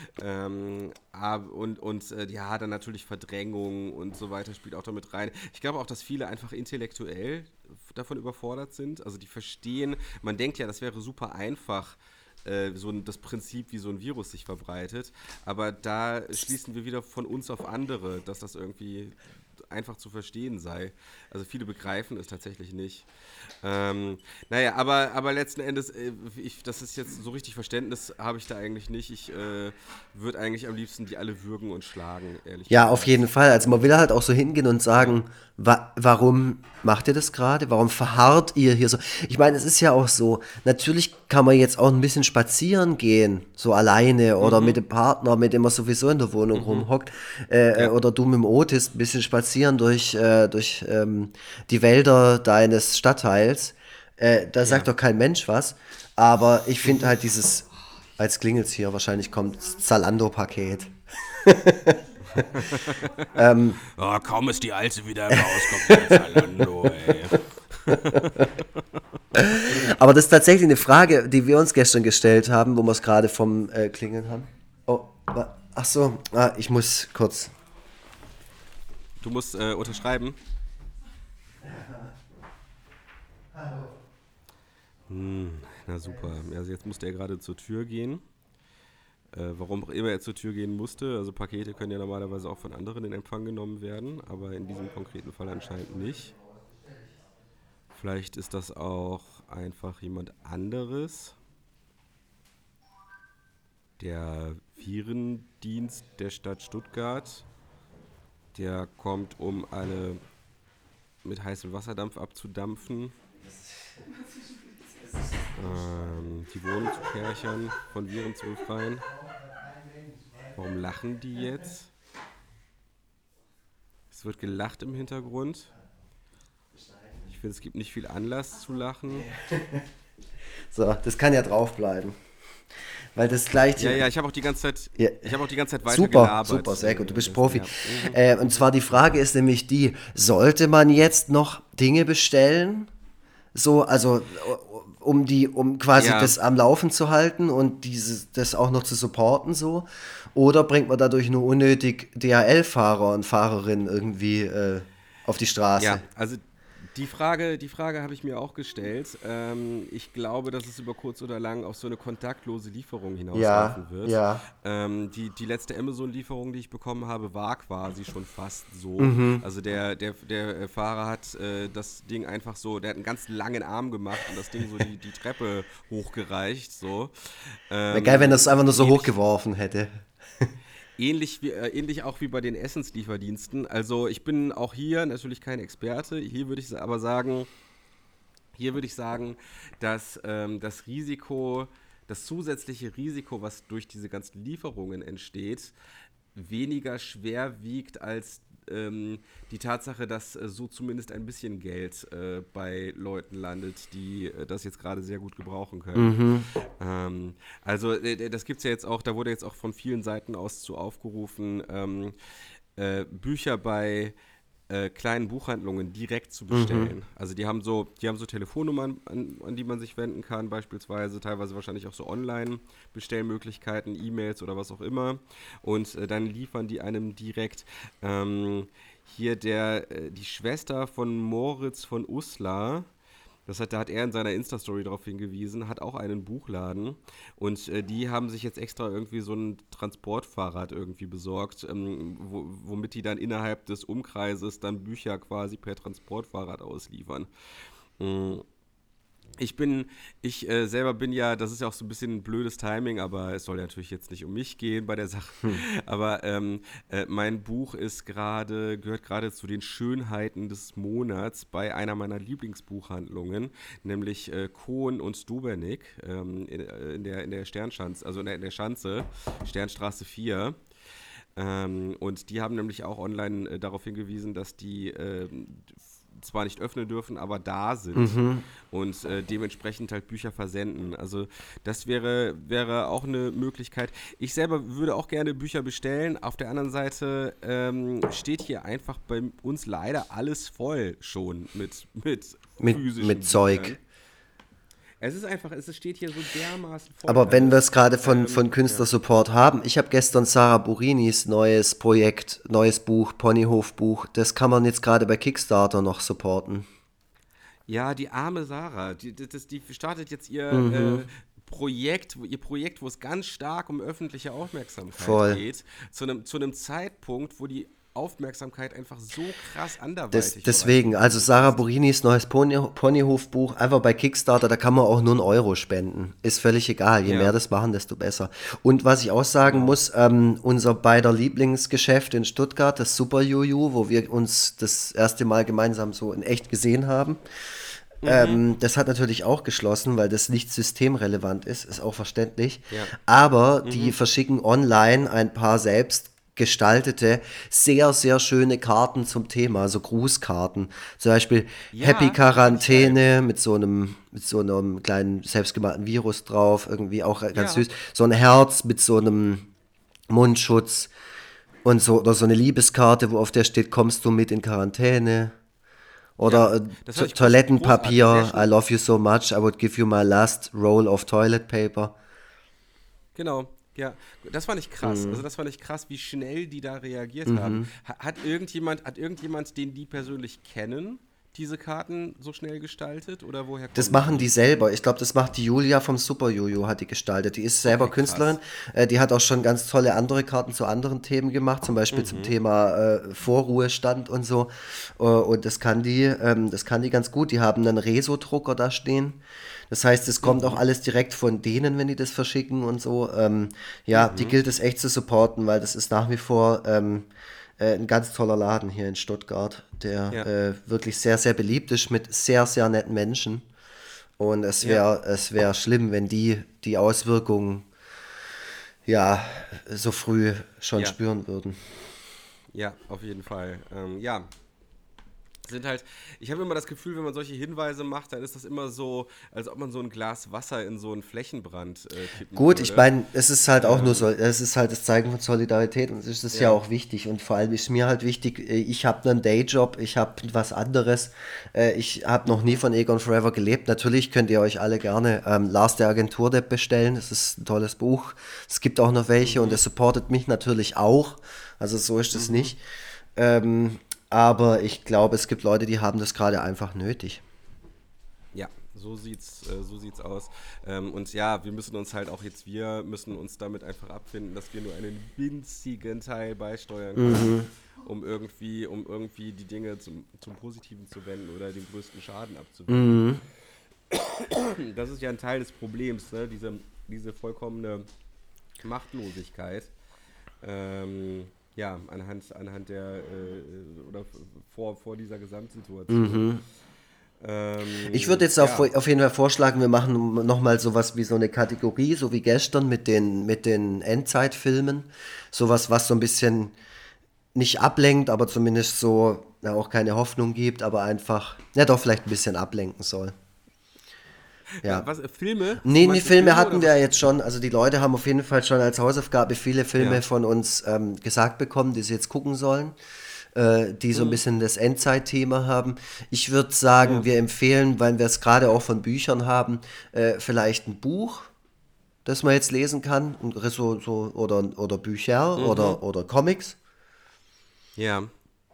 Ähm, ab- und und äh, ja, dann natürlich Verdrängung und so weiter spielt auch damit rein. Ich glaube auch, dass viele einfach intellektuell davon überfordert sind. Also die verstehen, man denkt ja, das wäre super einfach, äh, so ein, das Prinzip, wie so ein Virus sich verbreitet. Aber da schließen wir wieder von uns auf andere, dass das irgendwie einfach zu verstehen sei. Also viele begreifen es tatsächlich nicht. Ähm, naja, aber, aber letzten Endes, äh, ich, das ist jetzt so richtig Verständnis habe ich da eigentlich nicht. Ich äh, würde eigentlich am liebsten die alle würgen und schlagen, ehrlich Ja, auf gesagt. jeden Fall. Also man will halt auch so hingehen und Ja. sagen, wa warum macht ihr das gerade? Warum verharrt ihr hier so? Ich meine, es ist ja auch so, natürlich kann man jetzt auch ein bisschen spazieren gehen, so alleine oder mit Mhm. dem Partner, mit dem man sowieso in der Wohnung Mhm. rumhockt, äh, äh, Ja. oder du mit dem Otis ein bisschen spazieren durch, äh, durch ähm, die Wälder deines Stadtteils. Äh, da sagt Ja. doch kein Mensch was. Aber ich finde halt dieses, als klingelt's hier, wahrscheinlich kommt Zalando-Paket. Oh, kaum ist die Alte wieder im Haus, kommt wieder Zalando, ey. Aber das ist tatsächlich eine Frage, die wir uns gestern gestellt haben, wo wir es gerade vom äh, Klingeln haben. Oh, wa- ach so, ah, ich muss kurz. Du musst äh, unterschreiben. Hm, na super. Also jetzt musste er gerade zur Tür gehen. Äh, warum auch immer er zur Tür gehen musste. Also Pakete können ja normalerweise auch von anderen in Empfang genommen werden, aber in diesem konkreten Fall anscheinend nicht. Vielleicht ist das auch einfach jemand anderes. Der Virendienst der Stadt Stuttgart, der kommt, um alle mit heißem Wasserdampf abzudampfen, ähm, die Wohnung zu kärchern, von Viren zu befreien. Warum lachen die jetzt? Es wird gelacht im Hintergrund. Ich finde, es gibt nicht viel Anlass zu lachen. So, das kann ja draufbleiben. Weil das gleicht Ja, ja, ich habe auch die ganze Zeit, Ja. ich habe auch die ganze Zeit weiter Super, gelabert. super, sehr gut, du Äh, bist das, Profi. ja. Mhm. Äh, und zwar die Frage ist nämlich die, sollte man jetzt noch Dinge bestellen? So, also um die, um quasi Ja, das am Laufen zu halten und dieses, das auch noch zu supporten so? Oder bringt man dadurch nur unnötig D H L-Fahrer und Fahrerinnen irgendwie äh, auf die Straße? ja, also die Frage, die Frage habe ich mir auch gestellt. Ähm, ich glaube, dass es über kurz oder lang auf so eine kontaktlose Lieferung Ja, hinauslaufen wird. ja. Ähm, die, die letzte Amazon-Lieferung, die ich bekommen habe, war quasi schon fast so. Mhm. Also der, der, der äh, Fahrer hat äh, das Ding einfach so, der hat einen ganz langen Arm gemacht und das Ding so die, die Treppe hochgereicht. So. Wäre geil, wenn er es Ähm, einfach nur so ähnlich, hochgeworfen hätte. Ähnlich, wie, äh, ähnlich auch wie bei den Essenslieferdiensten. Also ich bin auch hier natürlich kein Experte. Hier würde ich aber sagen, hier würde ich sagen, dass ähm, das Risiko, das zusätzliche Risiko, was durch diese ganzen Lieferungen entsteht, weniger schwer wiegt als ähm, die Tatsache, dass äh, so zumindest ein bisschen Geld äh, bei Leuten landet, die äh, das jetzt gerade sehr gut gebrauchen können. Mhm. Ähm, also äh, das gibt es ja jetzt auch, da wurde jetzt auch von vielen Seiten aus zu aufgerufen, ähm, äh, Bücher bei äh, kleinen Buchhandlungen direkt zu Mhm. bestellen. Also die haben so, die haben so Telefonnummern, an, an die man sich wenden kann, beispielsweise, teilweise wahrscheinlich auch so Online-Bestellmöglichkeiten, E-Mails oder was auch immer. Und äh, dann liefern die einem direkt. Ähm, hier der, äh, die Schwester von Moritz von Uslar, das hat, da hat er in seiner Insta-Story darauf hingewiesen, hat auch einen Buchladen und äh, die haben sich jetzt extra irgendwie so ein Transportfahrrad irgendwie besorgt, ähm, wo, womit die dann innerhalb des Umkreises dann Bücher quasi per Transportfahrrad ausliefern. Mm. Ich bin, ich äh, selber bin ja, das ist ja auch so ein bisschen ein blödes Timing, aber es soll ja natürlich jetzt nicht um mich gehen bei der Sache. Hm. Aber ähm, äh, mein Buch ist gerade, gehört gerade zu den Schönheiten des Monats bei einer meiner Lieblingsbuchhandlungen, nämlich äh, Kohn und Dubernik ähm, in, äh, in der, in der Sternschanze, also in der, in der Schanze, Sternstraße vier. Ähm, und die haben nämlich auch online äh, darauf hingewiesen, dass die ähm, zwar nicht öffnen dürfen, aber da sind Mhm. und äh, dementsprechend halt Bücher versenden. Also das wäre, wäre auch eine Möglichkeit. Ich selber würde auch gerne Bücher bestellen. Auf der anderen Seite ähm, steht hier einfach bei uns leider alles voll schon mit, mit Mit, mit physischen Zeug. Büchern. Es ist einfach, es steht hier so dermaßen voll Aber wenn wir alles. es gerade von, von Ähm, ja. Künstlersupport haben, ich habe gestern Sarah Burinis neues Projekt, neues Buch, Ponyhof-Buch, das kann man jetzt gerade bei Kickstarter noch supporten. Ja, die arme Sarah, die, die, das- die startet jetzt ihr Mhm. äh, Projekt, wo- ihr Projekt, wo es ganz stark um öffentliche Aufmerksamkeit Voll. geht, zu einem zu einem Zeitpunkt, wo die Aufmerksamkeit einfach so krass Des, anderweitig deswegen, also vorangeschritten Sarah ist. Burinis neues Pony, Ponyhof-Buch, einfach bei Kickstarter, da kann man auch nur einen Euro spenden. Ist völlig egal. Je mehr Ja, das machen, desto besser. Und was ich auch sagen genau. muss, ähm, unser beider Lieblingsgeschäft in Stuttgart, das Super Juju, wo wir uns das erste Mal gemeinsam so in echt gesehen haben, Mhm. ähm, das hat natürlich auch geschlossen, weil das nicht systemrelevant ist, ist auch verständlich. Ja. Aber die Mhm. verschicken online ein paar selbst gestaltete, sehr, sehr schöne Karten zum Thema, so Grußkarten. Zum Beispiel Happy Ja, das fand ich geil. Quarantäne mit so einem, mit so einem kleinen selbstgemalten Virus drauf, irgendwie auch ganz Ja. süß. So ein Herz mit so einem Mundschutz und so, oder so eine Liebeskarte, wo auf der steht, kommst du mit in Quarantäne? Ja. Oder äh, Das To fand ich groß, großartig. Sehr Toilettenpapier, I schnell. love you so much, I would give you my last roll of toilet paper. Genau, ja. Das fand ich krass. Also Mhm. das fand ich krass, wie schnell die da reagiert haben. Mhm. Ha- Hat irgendjemand, hat irgendjemand, den die persönlich kennen, diese Karten so schnell gestaltet? Oder woher Das kommen machen die die? selber. Ich glaube, das macht die Julia vom Super Jojo, hat die gestaltet. Die ist selber Okay, Künstlerin. krass. Äh, die hat auch schon ganz tolle andere Karten zu anderen Themen gemacht, zum Beispiel zum Mhm. Thema äh, Vorruhestand und so. Äh, und das kann die, ähm, das kann die ganz gut. Die haben einen Reso-Drucker da stehen. Das heißt, es kommt auch Mhm. alles direkt von denen, wenn die das verschicken und so. Ähm, ja, die Mhm. gilt es echt zu supporten, weil das ist nach wie vor ähm, äh, ein ganz toller Laden hier in Stuttgart, der Ja. äh, wirklich sehr, sehr beliebt ist mit sehr, sehr netten Menschen. Und es Ja. wäre es wär schlimm, wenn die die Auswirkungen ja so früh schon Ja. spüren würden. Ja, auf jeden Fall. Ähm, ja, sind halt, ich habe immer das Gefühl, wenn man solche Hinweise macht, dann ist das immer so, als ob man so ein Glas Wasser in so einen Flächenbrand äh, kippen Gut, ich würde. meine, es ist halt auch nur so, Ähm, es ist halt das Zeigen von Solidarität und es ist ja ja. auch wichtig und vor allem ist mir halt wichtig, äh, ich habe einen Dayjob, ich habe was anderes, äh, ich habe noch nie Mhm. von Egon Forever gelebt. Natürlich könnt ihr euch alle gerne ähm, Lars der Agenturdepp bestellen, das ist ein tolles Buch. Es gibt auch noch welche und Mhm. es supportet mich natürlich auch, also so ist es Mhm. nicht. Ähm, aber ich glaube, es gibt Leute, die haben das gerade einfach nötig. Ja, so sieht's, äh, so sieht's aus. Ähm, und ja, wir müssen uns halt auch jetzt, wir müssen uns damit einfach abfinden, dass wir nur einen winzigen Teil beisteuern können, Mhm. um irgendwie, um irgendwie die Dinge zum, zum Positiven zu wenden oder den größten Schaden abzuwenden. Mhm. Das ist ja ein Teil des Problems, ne? Diese, diese vollkommene Machtlosigkeit. Ähm, ja, anhand, anhand der, äh, oder vor, vor dieser Gesamtsituation. Mhm. Ich würde Ähm, jetzt auf, ja. auf jeden Fall vorschlagen, wir machen nochmal sowas wie so eine Kategorie, so wie gestern mit den, mit den Endzeitfilmen. Sowas, was so ein bisschen nicht ablenkt, aber zumindest so ja, auch keine Hoffnung gibt, aber einfach, ja doch, vielleicht ein bisschen ablenken soll. Wa- Ja. Was, äh, Filme? Nee, nee, Meinst du Filme Filme hatten oder wir was? ja jetzt schon. Also die Leute haben auf jeden Fall schon als Hausaufgabe viele Filme Ja. von uns ähm, gesagt bekommen, die sie jetzt gucken sollen, äh, die so ein Mhm. bisschen das Endzeitthema haben. Ich würde sagen, Ja. wir empfehlen, weil wir es gerade auch von Büchern haben, äh, vielleicht ein Buch, das man jetzt lesen kann, und so, so, oder, oder Bücher Mhm. oder, oder Comics. Ja.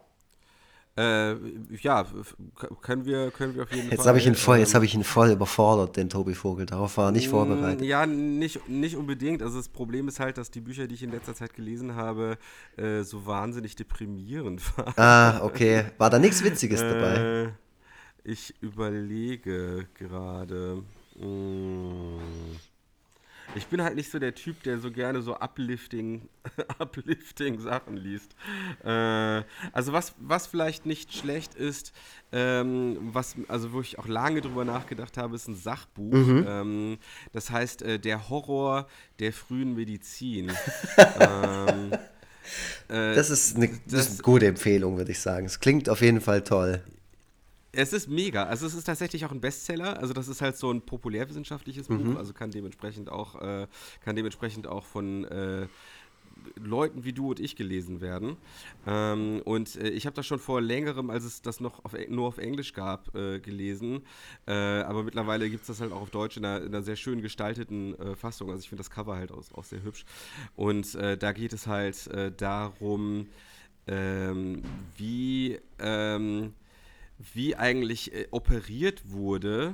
Äh, ja, f- k- können wir, können wir auf jeden Jetzt habe ich ihn Fall. voll, jetzt habe Ähm, ich ihn voll überfordert, den Tobi Vogel. Darauf war er nicht Mm, vorbereitet. Ja, nicht, nicht unbedingt. Also das Problem ist halt, dass die Bücher, die ich in letzter Zeit gelesen habe, äh, so wahnsinnig deprimierend Ah, waren. okay. War da nichts Witziges dabei? äh, Ich überlege gerade. Mm. Ich bin halt nicht so der Typ, der so gerne so uplifting, uplifting Sachen liest. Äh, also was, was vielleicht nicht schlecht ist, ähm, was, also wo ich auch lange drüber nachgedacht habe, ist ein Sachbuch. Ähm, das heißt äh, Der Horror der frühen Medizin. Ähm, äh, Das ist eine, das ist eine das gute Empfehlung, würde ich sagen. Es klingt auf jeden Fall toll. Es ist mega. Also es ist tatsächlich auch ein Bestseller. Also das ist halt so ein populärwissenschaftliches Buch. Also kann dementsprechend auch, äh, kann dementsprechend auch von äh, Leuten wie du und ich gelesen werden. Ähm, und äh, ich habe das schon vor längerem, als es das noch auf, nur auf Englisch gab, äh, gelesen. Äh, aber mittlerweile gibt es das halt auch auf Deutsch in einer, in einer sehr schön gestalteten äh, Fassung. Also ich finde das Cover halt auch, auch sehr hübsch. Und äh, da geht es halt äh, darum, ähm, wie... Ähm, wie eigentlich äh, operiert wurde,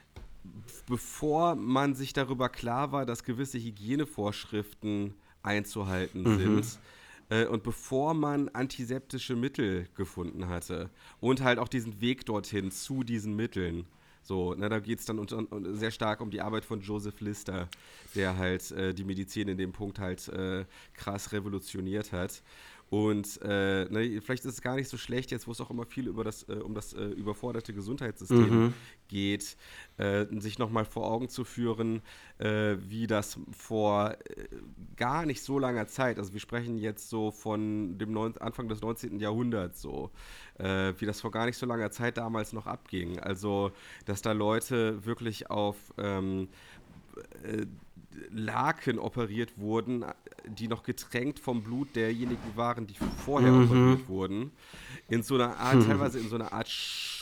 bevor man sich darüber klar war, dass gewisse Hygienevorschriften einzuhalten sind. Äh, und bevor man antiseptische Mittel gefunden hatte. Und halt auch diesen Weg dorthin zu diesen Mitteln. So, ne, da geht es dann unter, un- sehr stark um die Arbeit von Joseph Lister, der halt äh, die Medizin in dem Punkt halt äh, krass revolutioniert hat. Und äh, ne, vielleicht ist es gar nicht so schlecht, jetzt wo es auch immer viel über das, äh, um das äh, überforderte Gesundheitssystem Mhm. geht, äh, sich nochmal vor Augen zu führen, äh, wie das vor äh, gar nicht so langer Zeit, also wir sprechen jetzt so von dem neun, Anfang des neunzehnten. Jahrhunderts so, äh, wie das vor gar nicht so langer Zeit damals noch abging. Also, dass da Leute wirklich auf ähm, äh, Laken operiert wurden, die noch getränkt vom Blut derjenigen waren, die vorher operiert wurden. In so einer Art, teilweise in so einer Art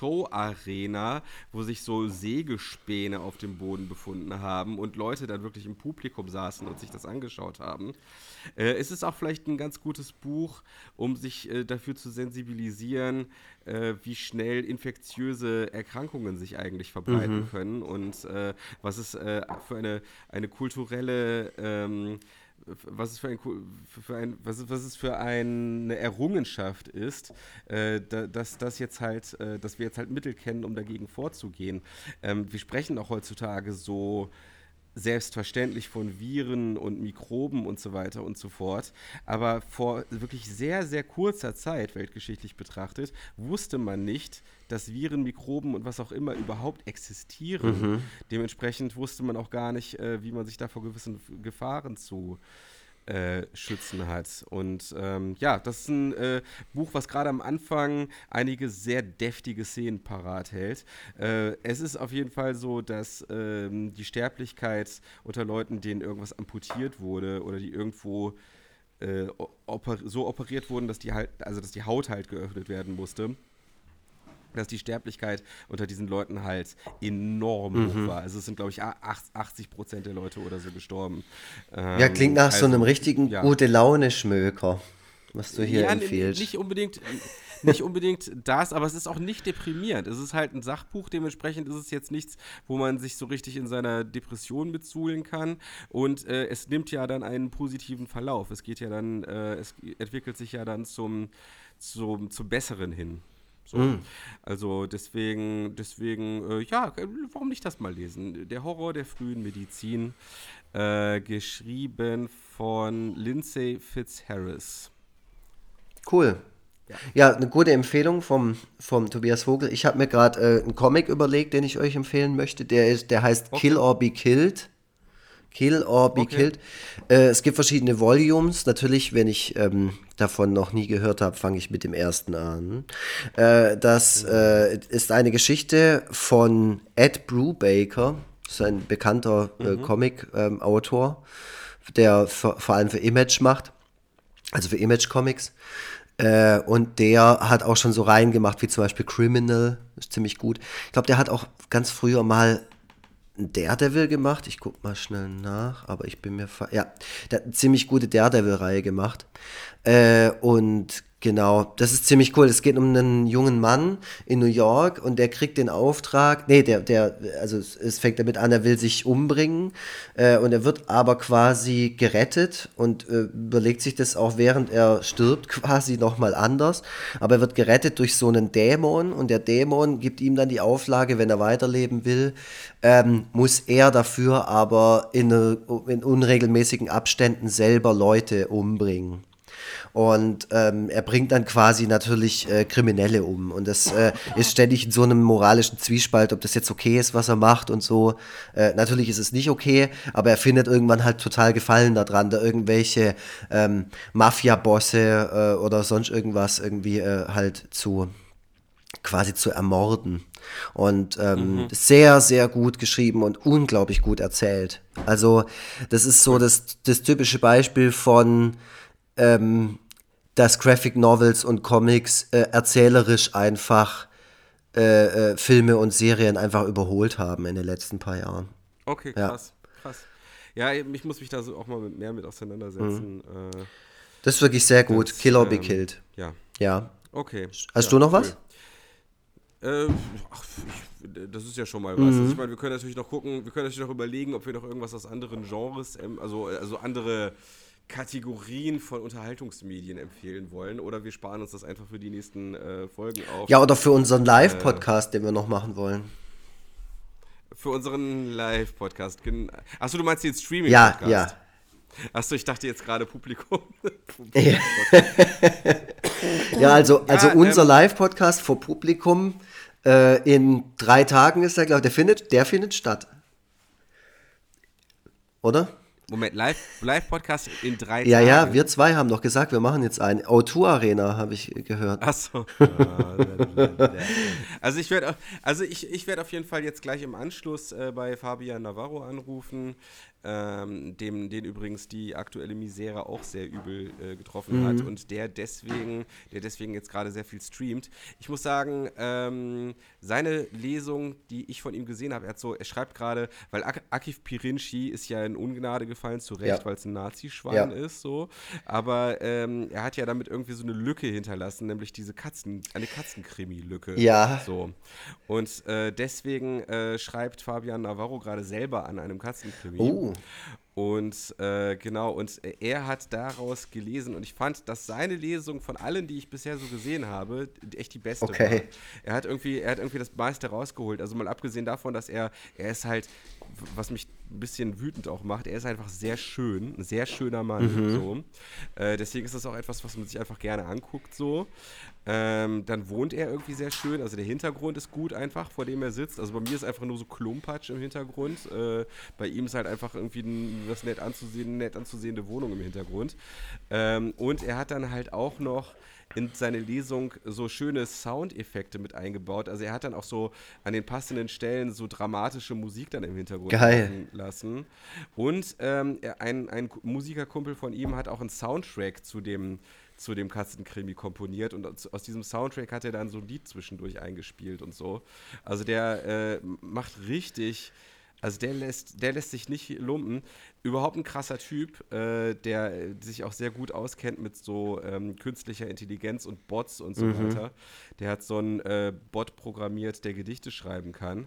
Show-Arena, wo sich so Sägespäne auf dem Boden befunden haben und Leute dann wirklich im Publikum saßen und sich das angeschaut haben. Äh, es ist auch vielleicht ein ganz gutes Buch, um sich äh, dafür zu sensibilisieren, äh, wie schnell infektiöse Erkrankungen sich eigentlich verbreiten können und äh, was es äh, für eine, eine kulturelle ähm, was es für, ein, für ein, was es, was es für eine Errungenschaft ist, äh, da, dass das jetzt halt, äh, dass wir jetzt halt Mittel kennen, um dagegen vorzugehen. Ähm, wir sprechen auch heutzutage so selbstverständlich von Viren und Mikroben und so weiter und so fort. Aber vor wirklich sehr, sehr kurzer Zeit, weltgeschichtlich betrachtet, wusste man nicht, dass Viren, Mikroben und was auch immer überhaupt existieren. Dementsprechend wusste man auch gar nicht, äh, wie man sich da vor gewissen Gefahren zu äh, schützen hat. Und ähm, ja, das ist ein äh, Buch, was gerade am Anfang einige sehr deftige Szenen parat hält. Äh, es ist auf jeden Fall so, dass ähm, die Sterblichkeit unter Leuten, denen irgendwas amputiert wurde oder die irgendwo äh, oper so operiert wurden, dass die halt, also dass die Haut halt geöffnet werden musste, dass die Sterblichkeit unter diesen Leuten halt enorm hoch war. Also es sind, glaube ich, achtzig Prozent der Leute oder so gestorben. Ja, klingt Ähm, nach so einem also, richtigen ja. gute Laune-Schmöker, was du hier Ja, n- n- empfiehlst. nicht unbedingt, nicht unbedingt das, aber es ist auch nicht deprimierend. Es ist halt ein Sachbuch, dementsprechend ist es jetzt nichts, wo man sich so richtig in seiner Depression mitsuhlen kann. Und äh, es nimmt ja dann einen positiven Verlauf. Es geht ja dann, äh, es entwickelt sich ja dann zum, zum, zum Besseren hin. So. Also deswegen, deswegen, äh, ja, warum nicht das mal lesen? Der Horror der frühen Medizin. Äh, geschrieben von Lindsay Fitzharris. Cool. Ja. Ja, eine gute Empfehlung vom, vom Tobias Vogel. Ich habe mir gerade äh, einen Comic überlegt, den ich euch empfehlen möchte. Der, ist, der heißt Okay. Kill or Be Killed. Kill or Be Okay. Killed. Äh, es gibt verschiedene Volumes. Natürlich, wenn ich ähm, davon noch nie gehört habe, fange ich mit dem ersten an. Äh, das äh, ist eine Geschichte von Ed Brubaker. Das ist ein bekannter äh, Comic-Autor, der vor, vor allem für Image macht. Also für Image-Comics. Äh, und der hat auch schon so Reihen gemacht, wie zum Beispiel Criminal. Ist ziemlich gut. Ich glaube, der hat auch ganz früher mal Daredevil gemacht. Ich guck mal schnell nach, aber ich bin mir... Ver- ja, der hat eine ziemlich gute Daredevil-Reihe gemacht. Äh, und genau, das ist ziemlich cool. Es geht um einen jungen Mann in New York und der kriegt den Auftrag... Nee, der, der, also es, es fängt damit an, er will sich umbringen äh, und er wird aber quasi gerettet und äh, überlegt sich das auch, während er stirbt, quasi nochmal anders. Aber er wird gerettet durch so einen Dämon und der Dämon gibt ihm dann die Auflage, wenn er weiterleben will, ähm, muss er dafür aber in, in unregelmäßigen Abständen selber Leute umbringen. Und ähm, er bringt dann quasi natürlich äh, Kriminelle um. Und das äh, ist ständig in so einem moralischen Zwiespalt, ob das jetzt okay ist, was er macht und so. Äh, natürlich ist es nicht okay, aber er findet irgendwann halt total Gefallen daran, da irgendwelche ähm, Mafia-Bosse äh, oder sonst irgendwas irgendwie äh, halt zu quasi zu ermorden. Und ähm, Mhm. sehr, sehr gut geschrieben und unglaublich gut erzählt. Also das ist so Cool. das, das typische Beispiel von ähm, dass Graphic Novels und Comics äh, erzählerisch einfach äh, äh, Filme und Serien einfach überholt haben in den letzten paar Jahren. Okay, Ja. krass. Krass. Ja, ich muss mich da so auch mal mit, mehr mit auseinandersetzen. Äh, Das ist wirklich sehr gut. das, Kill or Be ähm, Killed. ja, Ja. okay. Hast Ja, du noch cool. was? Äh, ach, ich, das ist ja schon mal was. Also ich meine, wir können natürlich noch gucken, wir können natürlich noch überlegen, ob wir noch irgendwas aus anderen Genres, ähm, also, also andere Kategorien von Unterhaltungsmedien empfehlen wollen. Oder wir sparen uns das einfach für die nächsten äh, Folgen auf. Ja, oder für unseren Live-Podcast, den wir noch machen wollen. Für unseren Live-Podcast. Gen- Achso, du meinst den Ja, Streaming-Podcast? ja. Achso, ich dachte jetzt gerade Publikum. Ja, ja also, also Ja, unser ähm, Live-Podcast vor Publikum äh, in drei Tagen ist der, glaube ich, der findet, der findet statt. Oder? Moment, Live, Live-Podcast in drei Ja, Tagen? ja, wir zwei haben doch gesagt, wir machen jetzt einen. O zwei Arena, habe ich gehört. Achso. Also ich werde also ich, ich werd auf jeden Fall jetzt gleich im Anschluss äh, bei Fabian Navarro anrufen, ähm, dem, den übrigens die aktuelle Misere auch sehr übel äh, getroffen hat und der deswegen, der deswegen jetzt gerade sehr viel streamt. Ich muss sagen, ähm, seine Lesung, die ich von ihm gesehen habe, er hat so, er schreibt gerade, weil Ak- Akif Pirinci ist ja in Ungnade gefallen, zu Recht, Ja. weil es ein Nazi-Schwein Ja. ist, so. Aber ähm, er hat ja damit irgendwie so eine Lücke hinterlassen, nämlich diese Katzen, eine Katzenkrimi-Lücke. Ja. So. Und äh, deswegen äh, schreibt Fabian Navarro gerade selber an einem Katzenkrimi. Oh. Und äh, genau, und äh, er hat daraus gelesen und ich fand, dass seine Lesung von allen, die ich bisher so gesehen habe, echt die beste Okay. war. Er hat irgendwie, er hat irgendwie das meiste rausgeholt. Also mal abgesehen davon, dass er, er ist halt, was mich ein bisschen wütend auch macht, er ist einfach sehr schön, ein sehr schöner Mann. So. Äh, deswegen ist das auch etwas, was man sich einfach gerne anguckt. So. Ähm, dann wohnt er irgendwie sehr schön, also der Hintergrund ist gut einfach, vor dem er sitzt. Also bei mir ist einfach nur so Klumpatsch im Hintergrund. Äh, bei ihm ist halt einfach irgendwie ein, das nett anzusehen, nett anzusehende Wohnung im Hintergrund. Ähm, und er hat dann halt auch noch in seine Lesung so schöne Soundeffekte mit eingebaut. Also er hat dann auch so an den passenden Stellen so dramatische Musik dann im Hintergrund Geil. laufen lassen. Und ähm, er- ein, ein Musikerkumpel von ihm hat auch einen Soundtrack zu dem zu dem Katzenkrimi komponiert und aus aus diesem Soundtrack hat er dann so ein Lied zwischendurch eingespielt und so. Also der äh, macht richtig, also der lässt, der lässt sich nicht lumpen. Überhaupt ein krasser Typ, äh, der äh, sich auch sehr gut auskennt mit so ähm, künstlicher Intelligenz und Bots und so weiter. Der hat so einen äh, Bot programmiert, der Gedichte schreiben kann.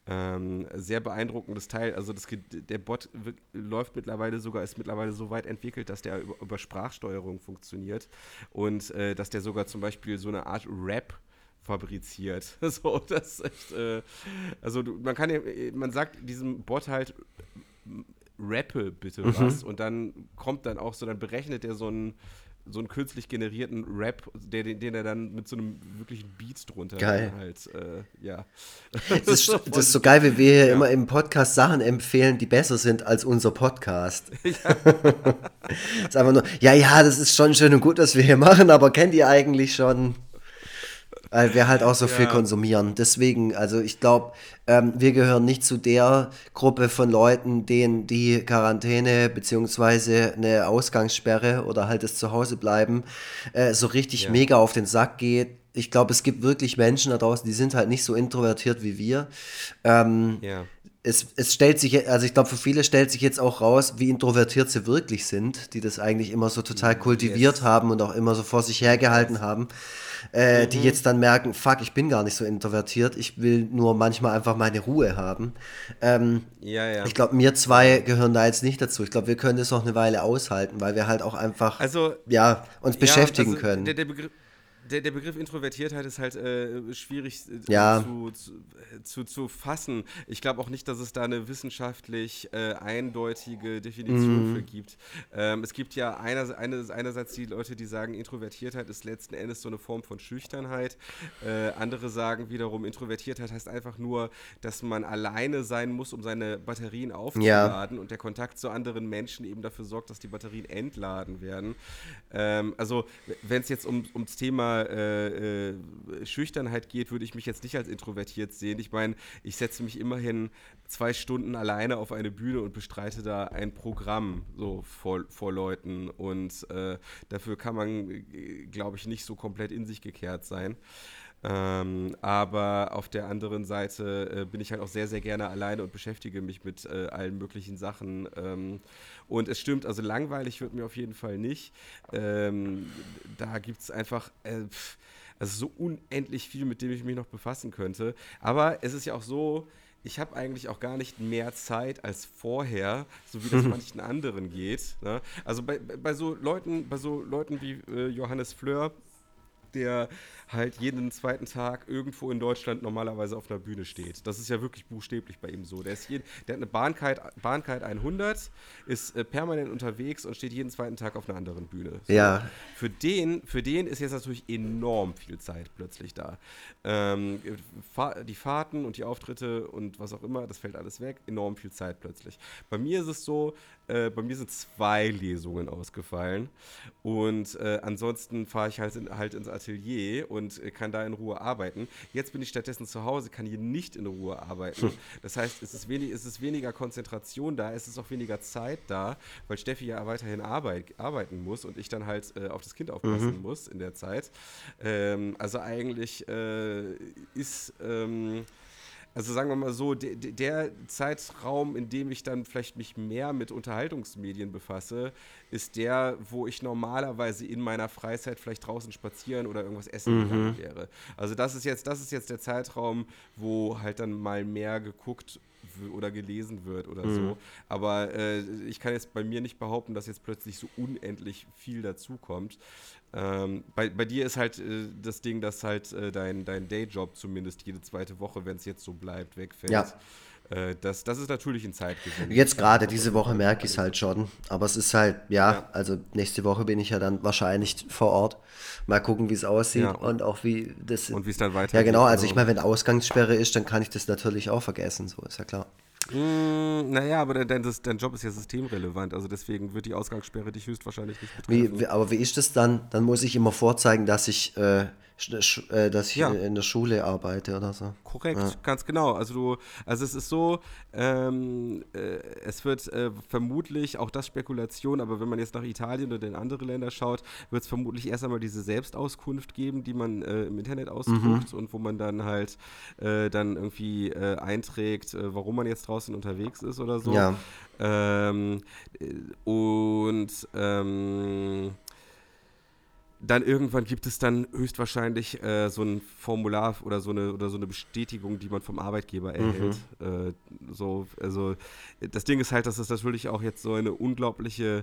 Ähm, sehr beeindruckendes Teil. Also das, Ge- der Bot wirk- läuft mittlerweile sogar, ist mittlerweile so weit entwickelt, dass der über, über Sprachsteuerung funktioniert und äh, dass der sogar zum Beispiel so eine Art Rap fabriziert. So, das ist echt, äh, also du, man kann ja, man sagt diesem Bot halt, rappe bitte Mhm. was und dann kommt dann auch so, dann berechnet er so einen so einen künstlich generierten Rap, der, den, den er dann mit so einem wirklichen Beat drunter Geil. dann halt, äh, ja. Das ist, voll das ist so witzig. geil, wie wir hier Ja. immer im Podcast Sachen empfehlen, die besser sind als unser Podcast. Das ist einfach nur, ja, ja, das ist schon schön und gut, was wir hier machen, aber kennt ihr eigentlich schon? Weil wir halt auch so viel Ja. konsumieren. Deswegen, also ich glaube, ähm, wir gehören nicht zu der Gruppe von Leuten, denen die Quarantäne beziehungsweise eine Ausgangssperre oder halt das Zuhausebleiben äh, so richtig Ja. mega auf den Sack geht. Ich glaube, es gibt wirklich Menschen da draußen, die sind halt nicht so introvertiert wie wir. Ähm, Ja. es, es stellt sich, also ich glaube, für viele stellt sich jetzt auch raus, wie introvertiert sie wirklich sind, die das eigentlich immer so total kultiviert Yes. haben und auch immer so vor sich So hergehalten krass. haben, äh, die Mhm. jetzt dann merken, fuck, ich bin gar nicht so introvertiert, ich will nur manchmal einfach meine Ruhe haben. Ähm, Ja, ja. ich glaube, wir Ja, zwei ja. gehören da jetzt nicht dazu. Ich glaube, wir können das noch eine Weile aushalten, weil wir halt auch einfach, Also, ja, uns ja, beschäftigen also der, können. der Begriff. Der, der Begriff Introvertiertheit ist halt äh, schwierig äh, Ja, zu, zu, zu, zu fassen. Ich glaube auch nicht, dass es da eine wissenschaftlich äh, eindeutige Definition für gibt. Ähm, es gibt ja einer, eine, einerseits die Leute, die sagen, Introvertiertheit ist letzten Endes so eine Form von Schüchternheit. Äh, andere sagen wiederum, Introvertiertheit heißt einfach nur, dass man alleine sein muss, um seine Batterien ja, aufzuladen und der Kontakt zu anderen Menschen eben dafür sorgt, dass die Batterien entladen werden. Ähm, also wenn es jetzt um, ums Thema äh, äh, Schüchternheit geht, würde ich mich jetzt nicht als introvertiert sehen. Ich meine, ich setze mich immerhin zwei Stunden alleine auf eine Bühne und bestreite da ein Programm so vor, vor Leuten und äh, dafür kann man, äh, glaube ich, nicht so komplett in sich gekehrt sein. Ähm, aber auf der anderen Seite äh, bin ich halt auch sehr, sehr gerne alleine und beschäftige mich mit äh, allen möglichen Sachen. Ähm, und es stimmt, also langweilig wird mir auf jeden Fall nicht. Ähm, da gibt es einfach äh, pf, also so unendlich viel, mit dem ich mich noch befassen könnte. Aber es ist ja auch so, ich habe eigentlich auch gar nicht mehr Zeit als vorher, so wie das manchen anderen geht. Ne? Also bei, bei so Leuten, bei so Leuten wie äh, Johannes Fleur, der halt jeden zweiten Tag irgendwo in Deutschland normalerweise auf einer Bühne steht. Das ist ja wirklich buchstäblich bei ihm so. Der, ist jeden, der hat eine Bahncard, Bahncard hundert, ist äh, permanent unterwegs und steht jeden zweiten Tag auf einer anderen Bühne. So. ja, Für, den, für den ist jetzt natürlich enorm viel Zeit plötzlich da. Ähm, Fa- die Fahrten und die Auftritte und was auch immer, das fällt alles weg. Enorm viel Zeit plötzlich. Bei mir ist es so, äh, bei mir sind zwei Lesungen ausgefallen und äh, ansonsten fahre ich halt, in, halt ins Atelier und äh, kann da in Ruhe arbeiten. Jetzt bin ich stattdessen zu Hause, kann hier nicht in Ruhe arbeiten. Das heißt, es ist, wenig, es ist weniger Konzentration da, es ist auch weniger Zeit da, weil Steffi ja weiterhin arbeit, arbeiten muss und ich dann halt äh, auf das Kind aufpassen muss in der Zeit. Ähm, also eigentlich äh, ist... Ähm, also sagen wir mal so, de, de, der Zeitraum, in dem ich dann vielleicht mich mehr mit Unterhaltungsmedien befasse, ist der, wo ich normalerweise in meiner Freizeit vielleicht draußen spazieren oder irgendwas essen gegangen wäre. Also das ist jetzt, das ist jetzt der Zeitraum, wo halt dann mal mehr geguckt w- oder gelesen wird oder so. Aber äh, ich kann jetzt bei mir nicht behaupten, dass jetzt plötzlich so unendlich viel dazukommt. Ähm, bei, bei dir ist halt äh, das Ding, dass halt äh, dein, dein Dayjob zumindest jede zweite Woche, wenn es jetzt so bleibt, wegfällt. ja. Äh, das, das ist natürlich ein Zeitgewinn. Das Jetzt kann ich gerade auch auf diese jeden Woche Fall merke ich es bestätigen. halt schon. Aber es ist halt, ja, Ja, also nächste Woche bin ich ja dann wahrscheinlich vor Ort. Mal gucken, wie es ja. aussieht Und, und auch wie das. und wie es dann Ja, genau. weitergeht, Also ich genau. meine, wenn Ausgangssperre ist, dann kann ich das natürlich auch vergessen. So ist ja klar. Mm, naja, aber dein, dein, dein Job ist ja systemrelevant, also deswegen wird die Ausgangssperre dich höchstwahrscheinlich nicht Wie, betreffen. wie, aber wie ist das dann? Dann muss ich immer vorzeigen, dass ich, äh, sch- sch- äh, dass ich Ja, in der Schule arbeite oder so. Ja. korrekt, ganz genau. Also du, also es ist so, ähm, äh, es wird äh, vermutlich, auch das Spekulation, aber wenn man jetzt nach Italien oder in andere Länder schaut, wird es vermutlich erst einmal diese Selbstauskunft geben, die man äh, im Internet ausdruckt und wo man dann halt äh, dann irgendwie äh, einträgt, äh, warum man jetzt draußen unterwegs ist oder so. Ja. Ähm, äh, und ähm, dann irgendwann gibt es dann höchstwahrscheinlich äh, so ein Formular oder so eine oder so eine Bestätigung, die man vom Arbeitgeber erhält. Äh, so, also das Ding ist halt, dass es natürlich auch jetzt so eine unglaubliche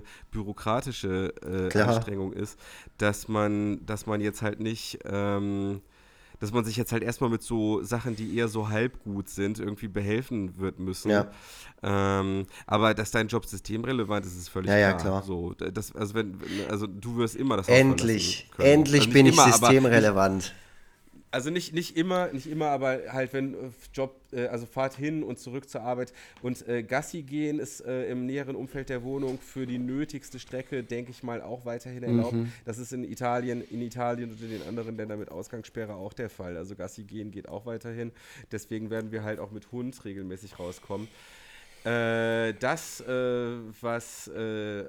bürokratische äh, Klar. Anstrengung ist, dass man, dass man jetzt halt nicht ähm, dass man sich jetzt halt erstmal mit so Sachen, die eher so halb gut sind, irgendwie behelfen wird müssen. Ja. Ähm, aber dass dein Job systemrelevant ist, ist völlig Ja, ja, klar. klar. So, das, also, wenn, also du wirst immer das Haus Endlich, verlassen können. endlich Also nicht bin ich immer, aber systemrelevant. Also nicht, nicht immer, nicht immer, aber halt wenn äh, Job, äh, also Fahrt hin und zurück zur Arbeit und äh, Gassi gehen ist äh, im näheren Umfeld der Wohnung für die nötigste Strecke, denke ich mal, auch weiterhin erlaubt. Mhm. Das ist in Italien, in Italien und in den anderen Ländern mit Ausgangssperre auch der Fall. Also Gassi gehen geht auch weiterhin. Deswegen werden wir halt auch mit Hund regelmäßig rauskommen. Äh, das, äh, was äh,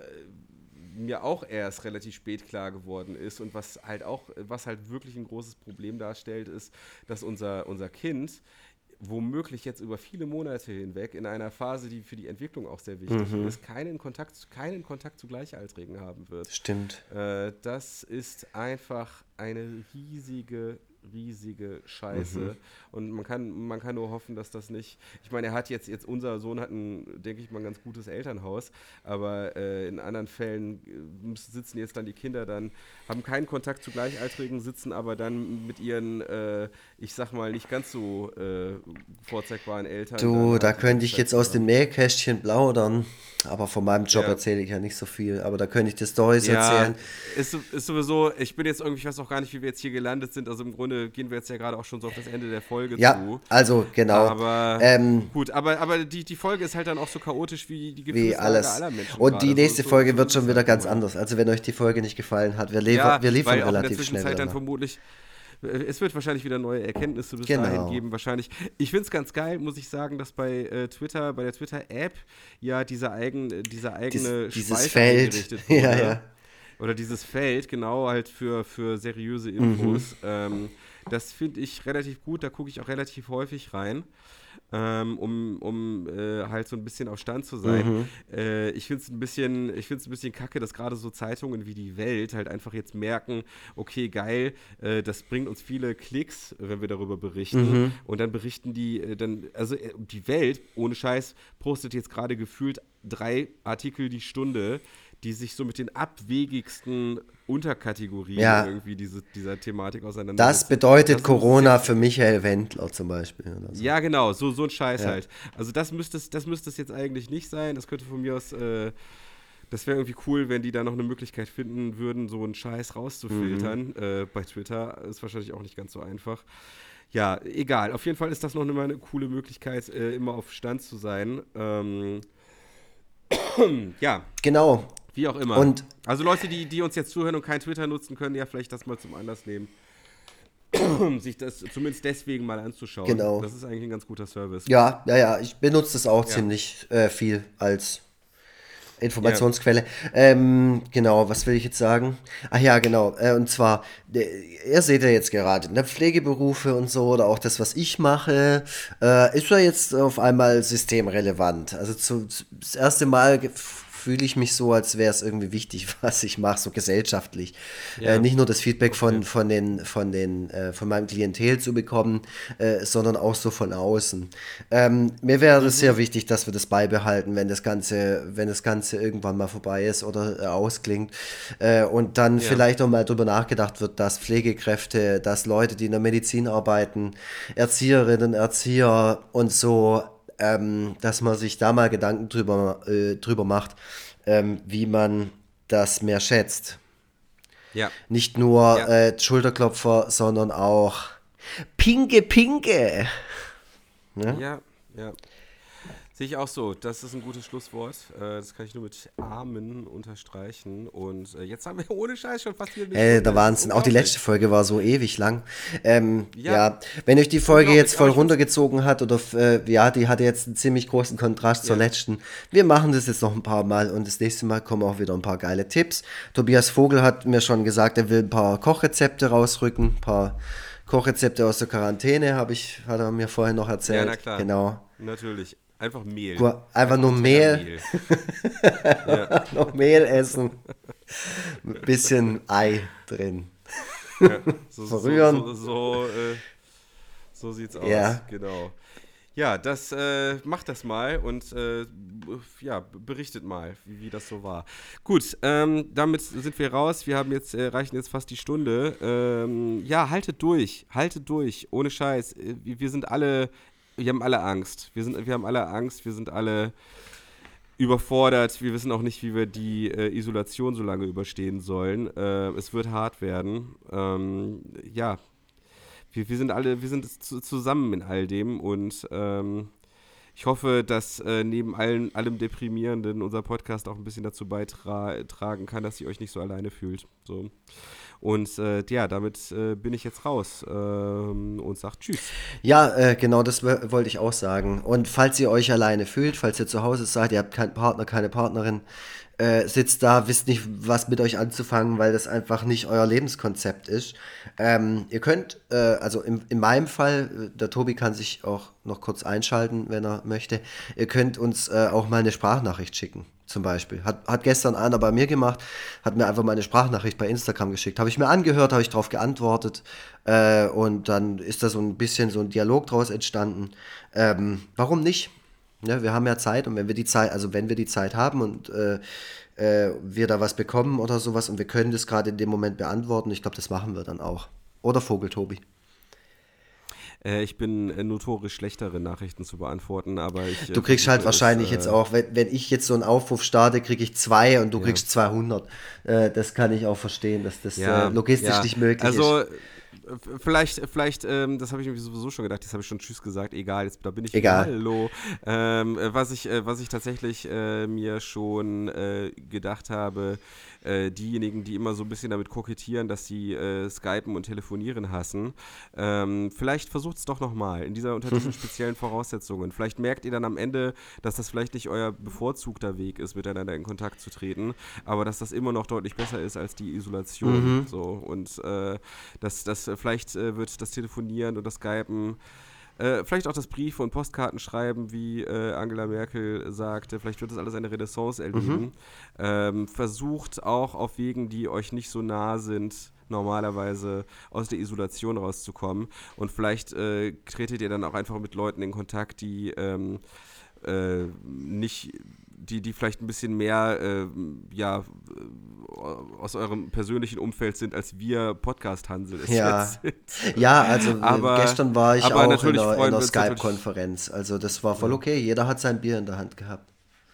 mir auch erst relativ spät klar geworden ist und was halt auch, was halt wirklich ein großes Problem darstellt, ist, dass unser, unser Kind womöglich jetzt über viele Monate hinweg in einer Phase, die für die Entwicklung auch sehr wichtig Mhm. ist, keinen Kontakt, keinen Kontakt zu Gleichaltrigen haben wird. Stimmt. Äh, das ist einfach eine riesige, riesige Scheiße. Mhm. Und man kann, man kann nur hoffen, dass das nicht. Ich meine, er hat jetzt, jetzt unser Sohn hat ein, denke ich mal, ein ganz gutes Elternhaus, aber äh, in anderen Fällen äh, sitzen jetzt dann die Kinder dann, haben keinen Kontakt zu Gleichaltrigen, sitzen aber dann mit ihren, äh, ich sag mal, nicht ganz so äh, vorzeigbaren Eltern. dann Du, halt da die könnte ganze ich Zeit jetzt aus dem zusammen. Nähkästchen plaudern, aber von meinem Job Ja. erzähle ich ja nicht so viel, aber da könnte ich dir Storys Ja, erzählen. ist, so- ist sowieso, ich bin jetzt irgendwie, ich weiß auch gar nicht, wie wir jetzt hier gelandet sind. Also im Grunde gehen wir jetzt ja gerade auch schon so auf das Ende der Folge Ja, zu. also genau, Aber ähm, gut, aber, aber die, die Folge ist halt dann auch so chaotisch wie die wie Gefühlslage alles. aller Menschen Und die gerade. So, nächste so, Folge so wird ist schon es wieder halt nun ganz mal. anders. Also wenn euch die Folge nicht gefallen hat, wir, liefer Ja, wir liefern weil auch in der relativ schnell Zwischenzeit wieder dann nach. vermutlich, äh, es wird wahrscheinlich wieder neue Erkenntnisse bis Genau. dahin geben, wahrscheinlich. Ich finde es ganz geil, muss ich sagen, dass bei äh, Twitter, bei der Twitter-App ja diese, eigen, äh, diese eigene Dies, dieses Spalte Feld, eingerichtet wurde. ja, ja. Oder dieses Feld, genau, halt für, für seriöse Mhm. Infos. Ähm, das finde ich relativ gut, da gucke ich auch relativ häufig rein, ähm, um, um äh, halt so ein bisschen auf Stand zu sein. Mhm. Äh, ich finde es ein bisschen, ich find's ein bisschen kacke, dass gerade so Zeitungen wie die Welt halt einfach jetzt merken, okay, geil, äh, das bringt uns viele Klicks, wenn wir darüber berichten. Mhm. Und dann berichten die, äh, dann, also äh, die Welt, ohne Scheiß, postet jetzt gerade gefühlt drei Artikel die Stunde, die sich so mit den abwegigsten Unterkategorien Ja. irgendwie diese, dieser Thematik auseinandersetzen. Das bedeutet Das ist Corona sehr- für Michael Wendler zum Beispiel. Oder so. Ja, genau, so, so ein Scheiß Ja. halt. Also das müsste es, das müsste es jetzt eigentlich nicht sein. Das könnte von mir aus, äh, das wäre irgendwie cool, wenn die da noch eine Möglichkeit finden würden, so einen Scheiß rauszufiltern. Mhm. Äh, bei Twitter ist wahrscheinlich auch nicht ganz so einfach. Ja, egal. Auf jeden Fall ist das noch immer eine coole Möglichkeit, äh, immer auf Stand zu sein. Ähm, ja, Genau. wie auch immer. Und Also Leute, die, die uns jetzt zuhören und kein Twitter nutzen, können ja vielleicht das mal zum Anlass nehmen, sich das zumindest deswegen mal anzuschauen. Genau. Das ist eigentlich ein ganz guter Service. ja, ja, ja, ich benutze das auch Ja. ziemlich äh, viel als Informationsquelle. Ähm, genau, was will ich jetzt sagen? Ach ja, genau. Äh, und zwar, äh, ihr seht ja jetzt gerade, ne, Pflegeberufe und so, oder auch das, was ich mache, äh, ist ja jetzt auf einmal systemrelevant. Also zu, zu, das erste Mal ge- fühle ich mich so, als wäre es irgendwie wichtig, was ich mache, so gesellschaftlich. Ja. Äh, nicht nur das Feedback von, Okay. von, den, von, den, äh, von meinem Klientel zu bekommen, äh, sondern auch so von außen. Ähm, mir wäre Mhm. es sehr wichtig, dass wir das beibehalten, wenn das Ganze, wenn das Ganze irgendwann mal vorbei ist oder äh, ausklingt. Äh, und dann Ja. vielleicht auch mal drüber nachgedacht wird, dass Pflegekräfte, dass Leute, die in der Medizin arbeiten, Erzieherinnen, Erzieher und so, ähm, dass man sich da mal Gedanken drüber, äh, drüber macht, ähm, wie man das mehr schätzt. Ja. Nicht nur Ja. äh, Schulterklopfer, sondern auch Pinke Pinke. Ne? Ja, ja. Sehe ich auch so. Das ist ein gutes Schlusswort. Äh, das kann ich nur mit Amen unterstreichen. Und äh, jetzt haben wir ohne Scheiß schon fast wieder eine Äh, Stunde. der Das ist Wahnsinn. Auch die unglaublich. letzte Folge war so ewig lang. Ähm, ja. Ja. wenn euch die Folge Unglaublich, jetzt voll aber ich find's- runtergezogen hat oder äh, ja, die hatte jetzt einen ziemlich großen Kontrast zur Ja. letzten. Wir machen das jetzt noch ein paar Mal und das nächste Mal kommen auch wieder ein paar geile Tipps. Tobias Vogel hat mir schon gesagt, er will ein paar Kochrezepte rausrücken, ein paar Kochrezepte aus der Quarantäne, habe ich, hat er mir vorhin noch erzählt. Ja, na klar. Genau. Natürlich. Einfach Mehl. Gu- einfach nur ein Mehl. Teller ja. Noch Mehl essen. Mit bisschen Ei drin. Ja. So, Verrühren. So, so, so, äh, so sieht's aus. Ja. Genau. Ja, das äh, macht das mal und äh, ja, berichtet mal, wie, wie das so war. Gut, ähm, damit sind wir raus. Wir haben jetzt, äh, reichen jetzt fast die Stunde. Ähm, ja, haltet durch, haltet durch, ohne Scheiß. Äh, Wir, wir sind alle, wir haben alle Angst. Wir, sind, wir haben alle Angst, wir sind alle überfordert. Wir wissen auch nicht, wie wir die äh, Isolation so lange überstehen sollen. Äh, es wird hart werden. Ähm, ja, wir, wir sind alle, wir sind zu, zusammen in all dem und ähm, ich hoffe, dass äh, neben allen, allem Deprimierenden unser Podcast auch ein bisschen dazu beitragen kann, dass ihr euch nicht so alleine fühlt. So. Und äh, ja, damit äh, bin ich jetzt raus ähm, und sage Tschüss. Ja, äh, genau das w- wollte ich auch sagen. Und falls ihr euch alleine fühlt, falls ihr zu Hause seid, ihr habt keinen Partner, keine Partnerin, äh, sitzt da, wisst nicht, was mit euch anzufangen, weil das einfach nicht euer Lebenskonzept ist. Ähm, ihr könnt, äh, also in, in meinem Fall, äh, der Tobi kann sich auch noch kurz einschalten, wenn er möchte, ihr könnt uns äh, auch mal eine Sprachnachricht schicken. Zum Beispiel. Hat, hat gestern einer bei mir gemacht, hat mir einfach mal eine Sprachnachricht bei Instagram geschickt. Habe ich mir angehört, habe ich darauf geantwortet äh, und dann ist da so ein bisschen so ein Dialog draus entstanden. Ähm, warum nicht? Ja, wir haben ja Zeit und wenn wir die Zeit, also wenn wir die Zeit haben und äh, äh, wir da was bekommen oder sowas und wir können das gerade in dem Moment beantworten, ich glaube, das machen wir dann auch. Oder Vogeltobi. Äh, ich bin äh, notorisch schlechtere Nachrichten zu beantworten, aber ich. Äh, Du kriegst halt versuche wahrscheinlich es, jetzt äh, auch, wenn, wenn ich jetzt so einen Aufruf starte, kriege ich zwei und du Ja. kriegst zweihundert. Äh, das kann ich auch verstehen, dass das Ja, äh, logistisch ja. nicht möglich Also, ist. äh, vielleicht, vielleicht, ähm, das habe ich mir sowieso schon gedacht, jetzt habe ich schon Tschüss gesagt, egal, jetzt da bin ich Egal. wieder, hallo. Ähm, äh, was ich, äh, was ich tatsächlich äh, mir schon äh, gedacht habe, äh, diejenigen, die immer so ein bisschen damit kokettieren, dass sie äh, Skypen und Telefonieren hassen, ähm, vielleicht versucht es doch nochmal, in dieser, unter diesen speziellen Voraussetzungen. Vielleicht merkt ihr dann am Ende, dass das vielleicht nicht euer bevorzugter Weg ist, miteinander in Kontakt zu treten, aber dass das immer noch deutlich besser ist als die Isolation. Mhm. So. Und äh, dass das äh, vielleicht äh, wird das Telefonieren und das Skypen, äh, vielleicht auch das Briefe und Postkarten schreiben, wie äh, Angela Merkel sagte, vielleicht wird das alles eine Renaissance erleben. Mhm. Ähm, versucht auch auf Wegen, die euch nicht so nah sind, normalerweise aus der Isolation rauszukommen. Und vielleicht äh, tretet ihr dann auch einfach mit Leuten in Kontakt, die ähm, äh, nicht, die, die vielleicht ein bisschen mehr äh, ja, aus eurem persönlichen Umfeld sind, als wir Podcast-Hansel es Ja. jetzt sind. Ja, also äh, Aber- gestern war ich aber auch in natürlich einer, in freuen einer wir uns natürlich- Skype-Konferenz. Also das war voll okay. Jeder hat sein Bier in der Hand gehabt.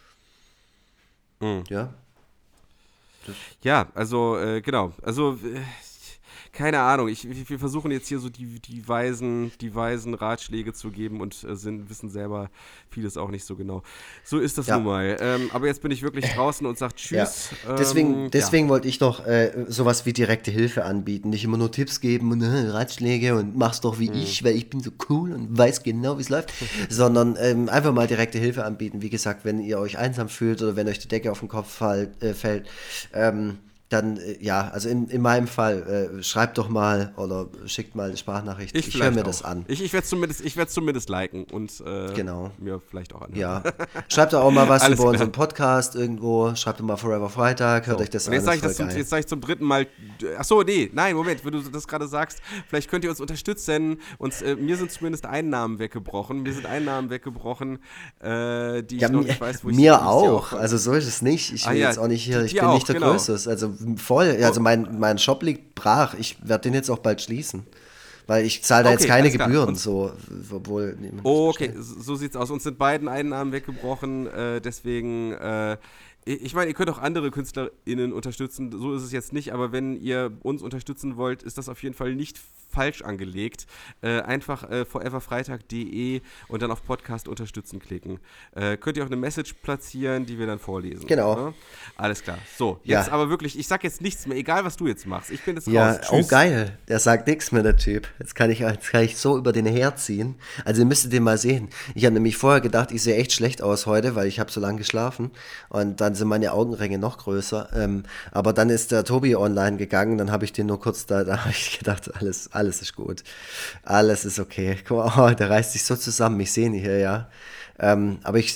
Mhm. Ja. Ja, also äh, genau, also äh, keine Ahnung, ich, wir wir versuchen jetzt hier so die, die, weisen, die weisen Ratschläge zu geben und äh, sind, wissen selber vieles auch nicht so genau. So ist das Ja. nun mal. Ähm, aber jetzt bin ich wirklich draußen und sage Ja, Tschüss. deswegen, Ähm, deswegen wollte ich doch äh, sowas wie direkte Hilfe anbieten. Nicht immer nur Tipps geben und äh, Ratschläge und mach's doch wie ich, weil ich bin so cool und weiß genau, wie es läuft. Sondern ähm, einfach mal direkte Hilfe anbieten. Wie gesagt, wenn ihr euch einsam fühlt oder wenn euch die Decke auf den Kopf fall, äh, fällt, ähm, dann, äh, ja, also in, in meinem Fall, äh, schreibt doch mal oder schickt mal eine Sprachnachricht. Ich, Ich, höre vielleicht mir auch. das an. Ich, ich werde zumindest, ich werd's zumindest liken und äh, Genau. mir vielleicht auch anhören. Ja. Schreibt doch auch mal was Alles über klar. unseren Podcast irgendwo. Schreibt doch mal Forever Freitag. Hört So. euch das Und an. jetzt sage ich, ist das voll zum, geil. jetzt sag ich zum dritten Mal. Achso, nee, nein, Moment, wenn du das gerade sagst, vielleicht könnt ihr uns unterstützen. Uns, äh, mir sind zumindest Einnahmen weggebrochen. Mir sind Einnahmen weggebrochen, äh, die ich Ja, noch mir, nicht weiß, wo ich mir sie- wie ich sie auch. auch- Also so ist es nicht. Ich Ah will ja, jetzt auch nicht hier, die- ich dir bin auch, nicht der genau. Größte. Also voll. Also mein, mein Shop liegt brach. Ich werde den jetzt auch bald schließen. Weil ich zahle da Okay, jetzt keine alles klar. Gebühren. Und- So, obwohl. Nee, Oh, okay, so so sieht's aus. Uns sind beiden Einnahmen weggebrochen, äh, deswegen, äh, ich meine, ihr könnt auch andere KünstlerInnen unterstützen, so ist es jetzt nicht, aber wenn ihr uns unterstützen wollt, ist das auf jeden Fall nicht falsch angelegt. Äh, einfach äh, foreverfreitag punkt de und dann auf Podcast unterstützen klicken. Äh, könnt ihr auch eine Message platzieren, die wir dann vorlesen. Genau. Ne? Alles klar. So, jetzt Ja. aber wirklich, ich sag jetzt nichts mehr, egal was du jetzt machst. Ich bin jetzt Ja, raus. oh Tschüss. geil. Der sagt nichts mehr, der Typ. Jetzt kann ich, jetzt kann ich so über den herziehen. Also ihr müsstet den mal sehen. Ich habe nämlich vorher gedacht, ich sehe echt schlecht aus heute, weil ich habe so lange geschlafen. Und dann sind meine Augenringe noch größer. Ähm, aber dann ist der Tobi online gegangen. Dann habe ich den nur kurz da, da habe ich gedacht, alles, alles ist gut. Alles ist okay. Guck mal, oh, der reißt sich so zusammen. Ich sehe ihn hier, ja. Ähm, aber ich, ich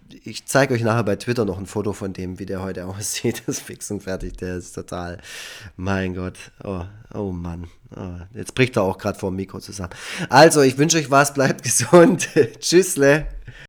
ich zeige euch nachher bei Twitter noch ein Foto von dem, wie der heute aussieht. Das ist fix und fertig. Der ist total, mein Gott. Oh, oh Mann. Oh, jetzt bricht er auch gerade vor dem Mikro zusammen. Also, ich wünsche euch was. Bleibt gesund. Tschüssle.